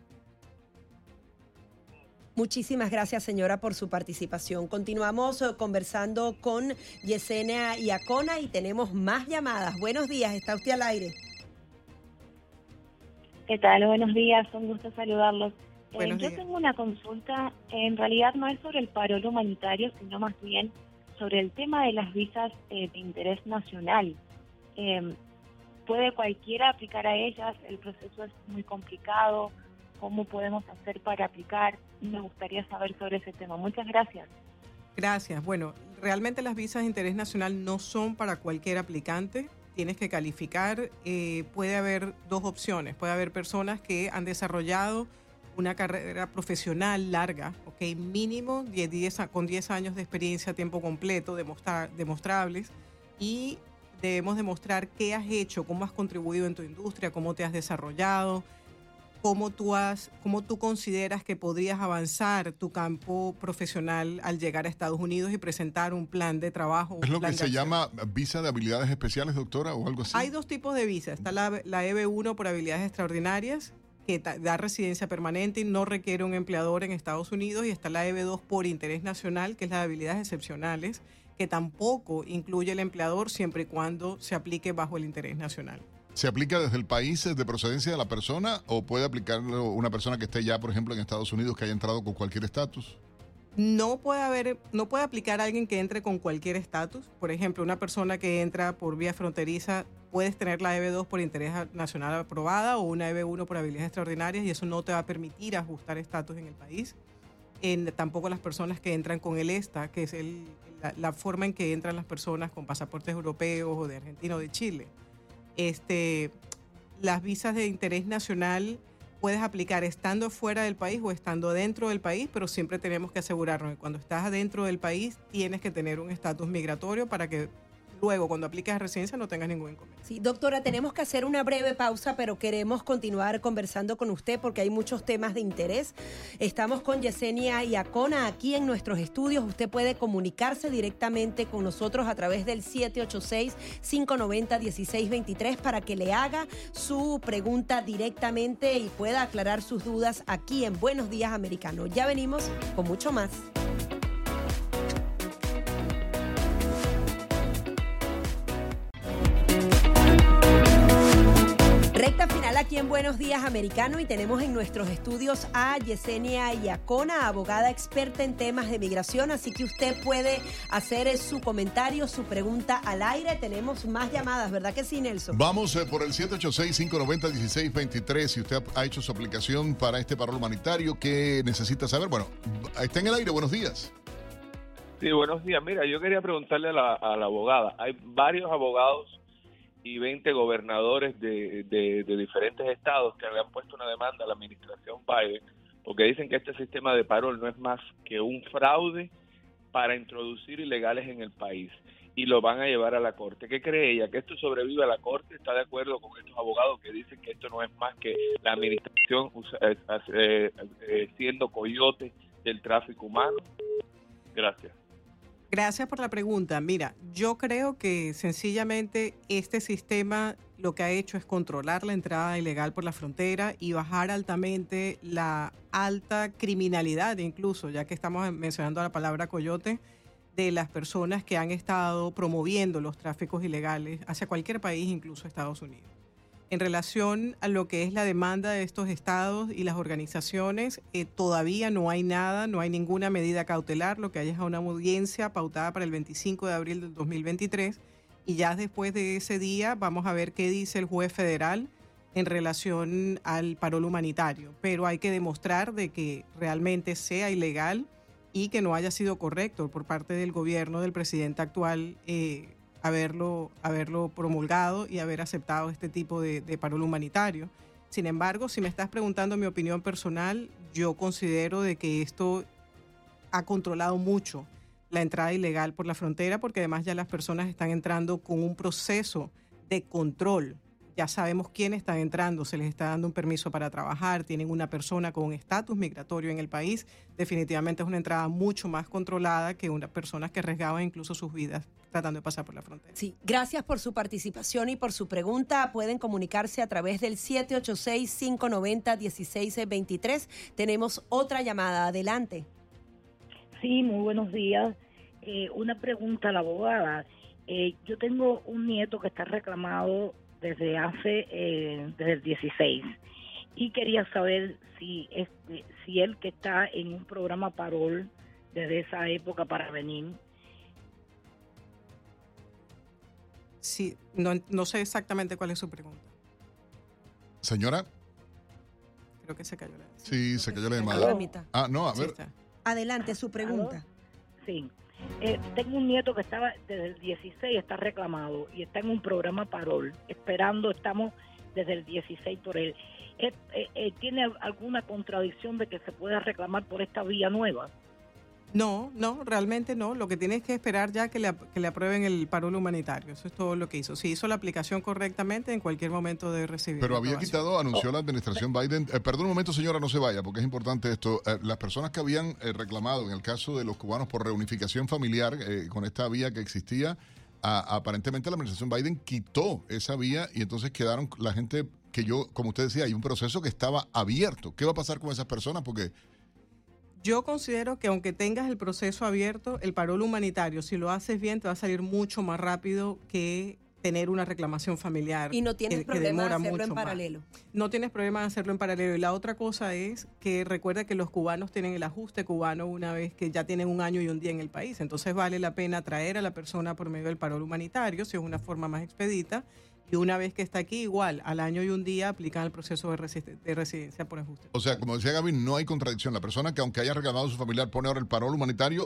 Muchísimas gracias, señora, por su participación. Continuamos conversando con Yesenia Iacona y tenemos más llamadas. Buenos días, está usted al aire. ¿Qué tal? Buenos días, un gusto saludarlos. Buenos días. Yo tengo una consulta, en realidad no es sobre el parol humanitario, sino más bien sobre el tema de las visas de interés nacional. ¿Puede cualquiera aplicar a ellas? El proceso es muy complicado. ¿Cómo podemos hacer para aplicar? Me gustaría saber sobre ese tema. Muchas gracias. Gracias. Bueno, realmente las visas de interés nacional no son para cualquier aplicante. Tienes que calificar. Puede haber dos opciones. Puede haber personas que han desarrollado una carrera profesional larga, ¿okay? Mínimo con 10 años de experiencia a tiempo completo, demostrables, y debemos demostrar qué has hecho, cómo has contribuido en tu industria, cómo te has desarrollado, cómo tú consideras que podrías avanzar tu campo profesional al llegar a Estados Unidos y presentar un plan de trabajo. ¿Es lo que se llama visa de habilidades especiales, doctora, o algo así? Hay dos tipos de visas. Está la EB1 por habilidades extraordinarias, que da residencia permanente y no requiere un empleador en Estados Unidos, y está la EB2 por interés nacional, que es la de habilidades excepcionales, que tampoco incluye el empleador siempre y cuando se aplique bajo el interés nacional. ¿Se aplica desde el país de procedencia de la persona o puede aplicarlo una persona que esté ya, por ejemplo, en Estados Unidos, que haya entrado con cualquier estatus? No puede aplicar a alguien que entre con cualquier estatus. Por ejemplo, una persona que entra por vía fronteriza, puedes tener la EB2 por interés nacional aprobada o una EB1 por habilidades extraordinarias, y eso no te va a permitir ajustar estatus en el país. Tampoco las personas que entran con el ESTA, que es la forma en que entran las personas con pasaportes europeos o de Argentina o de Chile. Las visas de interés nacional puedes aplicar estando fuera del país o estando dentro del país, pero siempre tenemos que asegurarnos que cuando estás adentro del país tienes que tener un estatus migratorio para que luego, cuando apliques a residencia, no tengas ningún inconveniente. Sí, doctora, tenemos que hacer una breve pausa, pero queremos continuar conversando con usted porque hay muchos temas de interés. Estamos con Yesenia Iacona aquí en nuestros estudios. Usted puede comunicarse directamente con nosotros a través del 786-590-1623 para que le haga su pregunta directamente y pueda aclarar sus dudas aquí en Buenos Días Americano. Ya venimos con mucho más. Recta final aquí en Buenos Días Americano y tenemos en nuestros estudios a Yesenia Iacona, abogada experta en temas de migración, así que usted puede hacer su comentario, su pregunta al aire. Tenemos más llamadas, ¿verdad que sí, Nelson? Vamos por el 786-590-1623. Si usted ha hecho su aplicación para este parol humanitario, ¿qué necesita saber? Bueno, está en el aire, buenos días. Sí, buenos días. Mira, yo quería preguntarle a la abogada. Hay varios abogados y 20 gobernadores de diferentes estados que habían puesto una demanda a la administración Biden porque dicen que este sistema de parol no es más que un fraude para introducir ilegales en el país y lo van a llevar a la corte. ¿Qué cree ella? ¿Que esto sobrevive a la corte? ¿Está de acuerdo con estos abogados que dicen que esto no es más que la administración siendo coyote del tráfico humano? Gracias. Gracias por la pregunta. Mira, yo creo que sencillamente este sistema lo que ha hecho es controlar la entrada ilegal por la frontera y bajar altamente la alta criminalidad, incluso, ya que estamos mencionando la palabra coyote, de las personas que han estado promoviendo los tráficos ilegales hacia cualquier país, incluso Estados Unidos. En relación a lo que es la demanda de estos estados y las organizaciones, todavía no hay nada, no hay ninguna medida cautelar. Lo que hay es una audiencia pautada para el 25 de abril del 2023 y ya después de ese día vamos a ver qué dice el juez federal en relación al parol humanitario. Pero hay que demostrar de que realmente sea ilegal y que no haya sido correcto por parte del gobierno del presidente actual haberlo promulgado y haber aceptado este tipo de parol humanitario. Sin embargo, si me estás preguntando mi opinión personal, yo considero de que esto ha controlado mucho la entrada ilegal por la frontera, porque además ya las personas están entrando con un proceso de control. Ya sabemos quiénes están entrando, se les está dando un permiso para trabajar, tienen una persona con un estatus migratorio en el país. Definitivamente es una entrada mucho más controlada que unas personas que arriesgaban incluso sus vidas tratando de pasar por la frontera. Sí, gracias por su participación y por su pregunta. Pueden comunicarse a través del 786-590-1623. Tenemos otra llamada. Adelante. Sí, muy buenos días. Una pregunta a la abogada. Yo tengo un nieto que está reclamado desde el 16 y quería saber si él que está en un programa parol desde esa época para venir. Sí, no sé exactamente cuál es su pregunta. Señora. Creo que se cayó la... Sí, se cayó la ¿Aló? llamada. Ah, no, a ver. Adelante, su pregunta. Sí. Tengo un nieto que estaba desde el 16, está reclamado y está en un programa parol, estamos desde el 16 por él. ¿Tiene alguna contradicción de que se pueda reclamar por esta vía nueva? No, realmente no. Lo que tiene es que esperar ya que le aprueben el parol humanitario. Eso es todo lo que hizo. Si hizo la aplicación correctamente, en cualquier momento debe recibir. Pero había quitado, anunció la administración Biden. Perdón un momento, señora, no se vaya, porque es importante esto. Las personas que habían reclamado, en el caso de los cubanos por reunificación familiar, con esta vía que existía, aparentemente la administración Biden quitó esa vía y entonces quedaron la gente que como usted decía, hay un proceso que estaba abierto. ¿Qué va a pasar con esas personas? Porque... Yo considero que aunque tengas el proceso abierto, el parol humanitario, si lo haces bien, te va a salir mucho más rápido que tener una reclamación familiar. Y no tienes problema de hacerlo en paralelo. No tienes problema de hacerlo en paralelo. Y la otra cosa es que recuerda que los cubanos tienen el ajuste cubano una vez que ya tienen 1 año y 1 día en el país. Entonces vale la pena traer a la persona por medio del parol humanitario, si es una forma más expedita. Y una vez que está aquí, igual, al año y 1 día aplican el proceso de residencia por ajuste. O sea, como decía Gaby, no hay contradicción. La persona que aunque haya reclamado a su familiar pone ahora el parol humanitario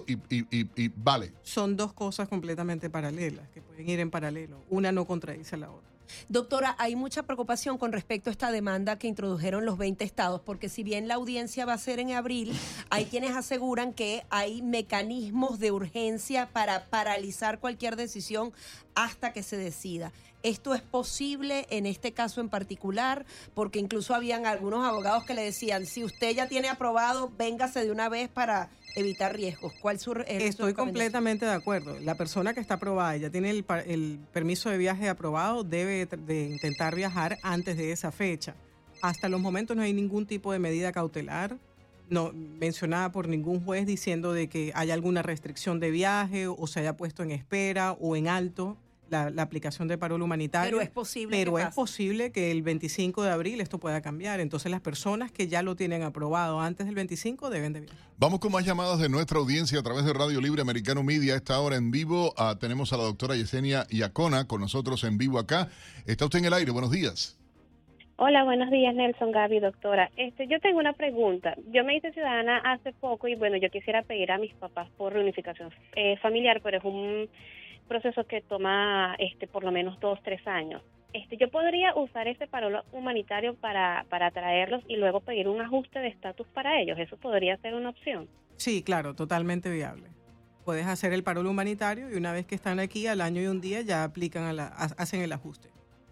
y vale. Son dos cosas completamente paralelas, que pueden ir en paralelo. Una no contradice a la otra. Doctora, hay mucha preocupación con respecto a esta demanda que introdujeron los 20 estados, porque si bien la audiencia va a ser en abril, hay quienes aseguran que hay mecanismos de urgencia para paralizar cualquier decisión hasta que se decida. ¿Esto es posible en este caso en particular? Porque incluso habían algunos abogados que le decían, si usted ya tiene aprobado, véngase de una vez para evitar riesgos. ¿Cuál Estoy completamente de acuerdo. La persona que está aprobada y ya tiene el permiso de viaje aprobado debe de intentar viajar antes de esa fecha. Hasta los momentos no hay ningún tipo de medida cautelar no mencionada por ningún juez diciendo de que haya alguna restricción de viaje o se haya puesto en espera o en alto la aplicación de parol humanitario. Pero es posible. Posible que el 25 de abril esto pueda cambiar. Entonces las personas que ya lo tienen aprobado antes del 25 deben de viajar. Vamos con más llamadas de nuestra audiencia a través de Radio Libre Americano Media. A esta hora en vivo tenemos a la doctora Yesenia Iacona con nosotros en vivo acá. Está usted en el aire. Buenos días. Hola, buenos días, Nelson, Gaby, doctora. Yo tengo una pregunta. Yo me hice ciudadana hace poco y bueno, yo quisiera pedir a mis papás por reunificación familiar, pero es un proceso que toma por lo menos 2-3 años. Yo podría usar ese parol humanitario para traerlos y luego pedir un ajuste de estatus para ellos. ¿Eso podría ser una opción? Sí, claro, totalmente viable. Puedes hacer el parol humanitario y una vez que están aquí, al año y 1 día ya aplican hacen el ajuste.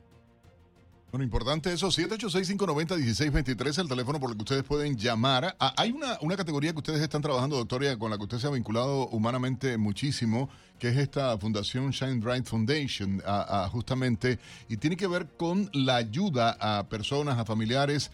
Bueno, importante eso, 786-590-1623, el teléfono por el que ustedes pueden llamar. Hay una categoría que ustedes están trabajando, doctora, con la que usted se ha vinculado humanamente muchísimo, que es esta fundación Shine Bright Foundation, justamente, y tiene que ver con la ayuda a personas, a familiares,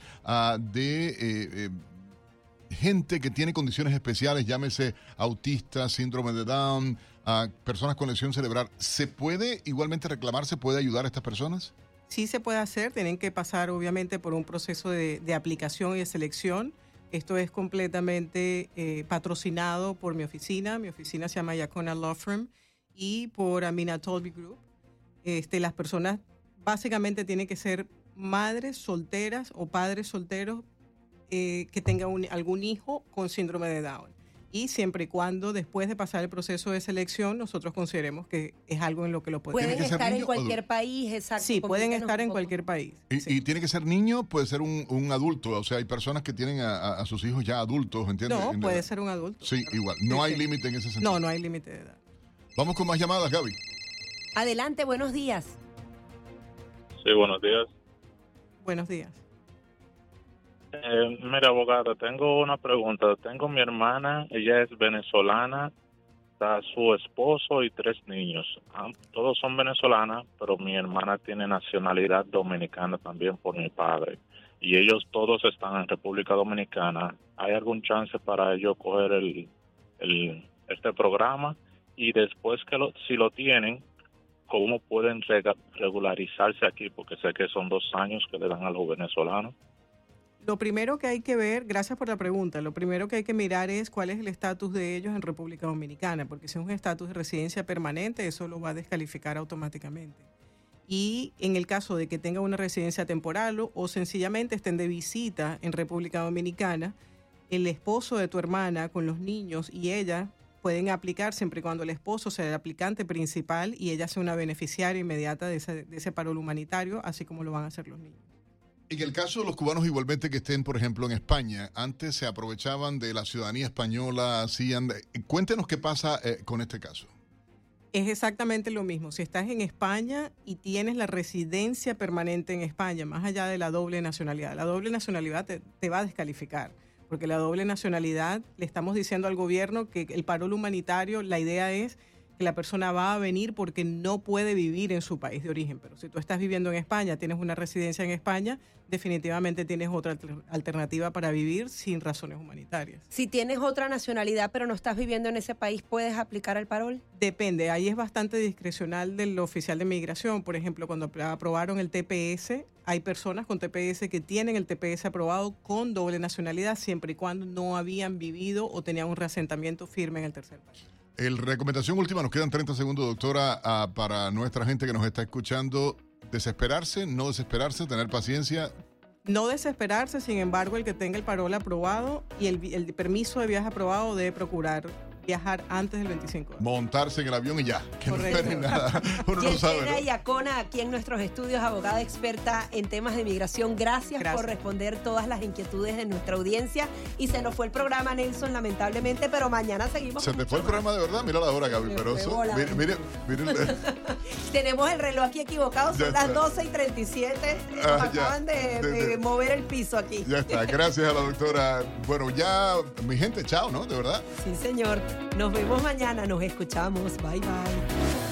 de gente que tiene condiciones especiales, llámese autistas, síndrome de Down, personas con lesión cerebral. ¿Se puede igualmente reclamar, se puede ayudar a estas personas? Sí se puede hacer, tienen que pasar obviamente por un proceso de aplicación y de selección. Esto es completamente patrocinado por mi oficina. Mi oficina se llama Yacona Law Firm y por Amina Tolby Group. Las personas básicamente tienen que ser madres solteras o padres solteros que tengan algún hijo con síndrome de Down. Y siempre y cuando después de pasar el proceso de selección nosotros consideremos que es algo en lo que lo podemos. Pueden estar en cualquier país, exacto. Sí, pueden estar en cualquier país. Y tiene que ser niño, puede ser un adulto. O sea, hay personas que tienen a sus hijos ya adultos, ¿entiendes? No, puede ser un adulto. Sí, igual. No hay límite en ese sentido. No hay límite de edad. Vamos con más llamadas, Gaby. Adelante, buenos días. Sí, buenos días. Buenos días. Mira, abogada, tengo una pregunta. Tengo mi hermana, ella es venezolana, está su esposo y 3 niños. Todos son venezolanas, pero mi hermana tiene nacionalidad dominicana también por mi padre. Y ellos todos están en República Dominicana. ¿Hay algún chance para ellos coger este programa? Y después si lo tienen, ¿cómo pueden regularizarse aquí? Porque sé que son 2 años que le dan a los venezolanos. Lo primero que hay que ver, gracias por la pregunta, lo primero que hay que mirar es cuál es el estatus de ellos en República Dominicana, porque si es un estatus de residencia permanente, eso lo va a descalificar automáticamente. Y en el caso de que tenga una residencia temporal o sencillamente estén de visita en República Dominicana, el esposo de tu hermana con los niños y ella pueden aplicar siempre y cuando el esposo sea el aplicante principal y ella sea una beneficiaria inmediata de ese parol humanitario, así como lo van a hacer los niños. En el caso de los cubanos igualmente que estén, por ejemplo, en España, antes se aprovechaban de la ciudadanía española, cuéntenos qué pasa con este caso. Es exactamente lo mismo. Si estás en España y tienes la residencia permanente en España, más allá de la doble nacionalidad te va a descalificar, porque la doble nacionalidad, le estamos diciendo al gobierno que el parol humanitario, la idea es que la persona va a venir porque no puede vivir en su país de origen. Pero si tú estás viviendo en España, tienes una residencia en España, definitivamente tienes otra alternativa para vivir sin razones humanitarias. Si tienes otra nacionalidad pero no estás viviendo en ese país, ¿puedes aplicar el parol? Depende, ahí es bastante discrecional del oficial de migración. Por ejemplo, cuando aprobaron el TPS, hay personas con TPS que tienen el TPS aprobado con doble nacionalidad siempre y cuando no habían vivido o tenían un reasentamiento firme en el tercer país. Recomendación última, nos quedan 30 segundos, doctora, para nuestra gente que nos está escuchando. Desesperarse, no desesperarse, tener paciencia. No desesperarse, sin embargo, el que tenga el parol aprobado y el permiso de viaje aprobado debe procurar viajar antes del 25. Montarse en el avión y ya, que correcto. No esperen nada. Uno no sabe, Jenna ¿no? Yacona, aquí en nuestros estudios, abogada experta en temas de migración. Gracias por responder todas las inquietudes de nuestra audiencia. Y se nos fue el programa, Nelson, lamentablemente, pero mañana seguimos. Se te fue el programa de verdad, mira la hora, Gaby, pero eso, miren. Tenemos el reloj aquí equivocado, son las 12:37. Nos acaban de mover el piso aquí. Ya está, gracias a la doctora. Bueno, ya, mi gente, chao, ¿no? De verdad. Sí, señor. Nos vemos mañana, nos escuchamos. Bye, bye.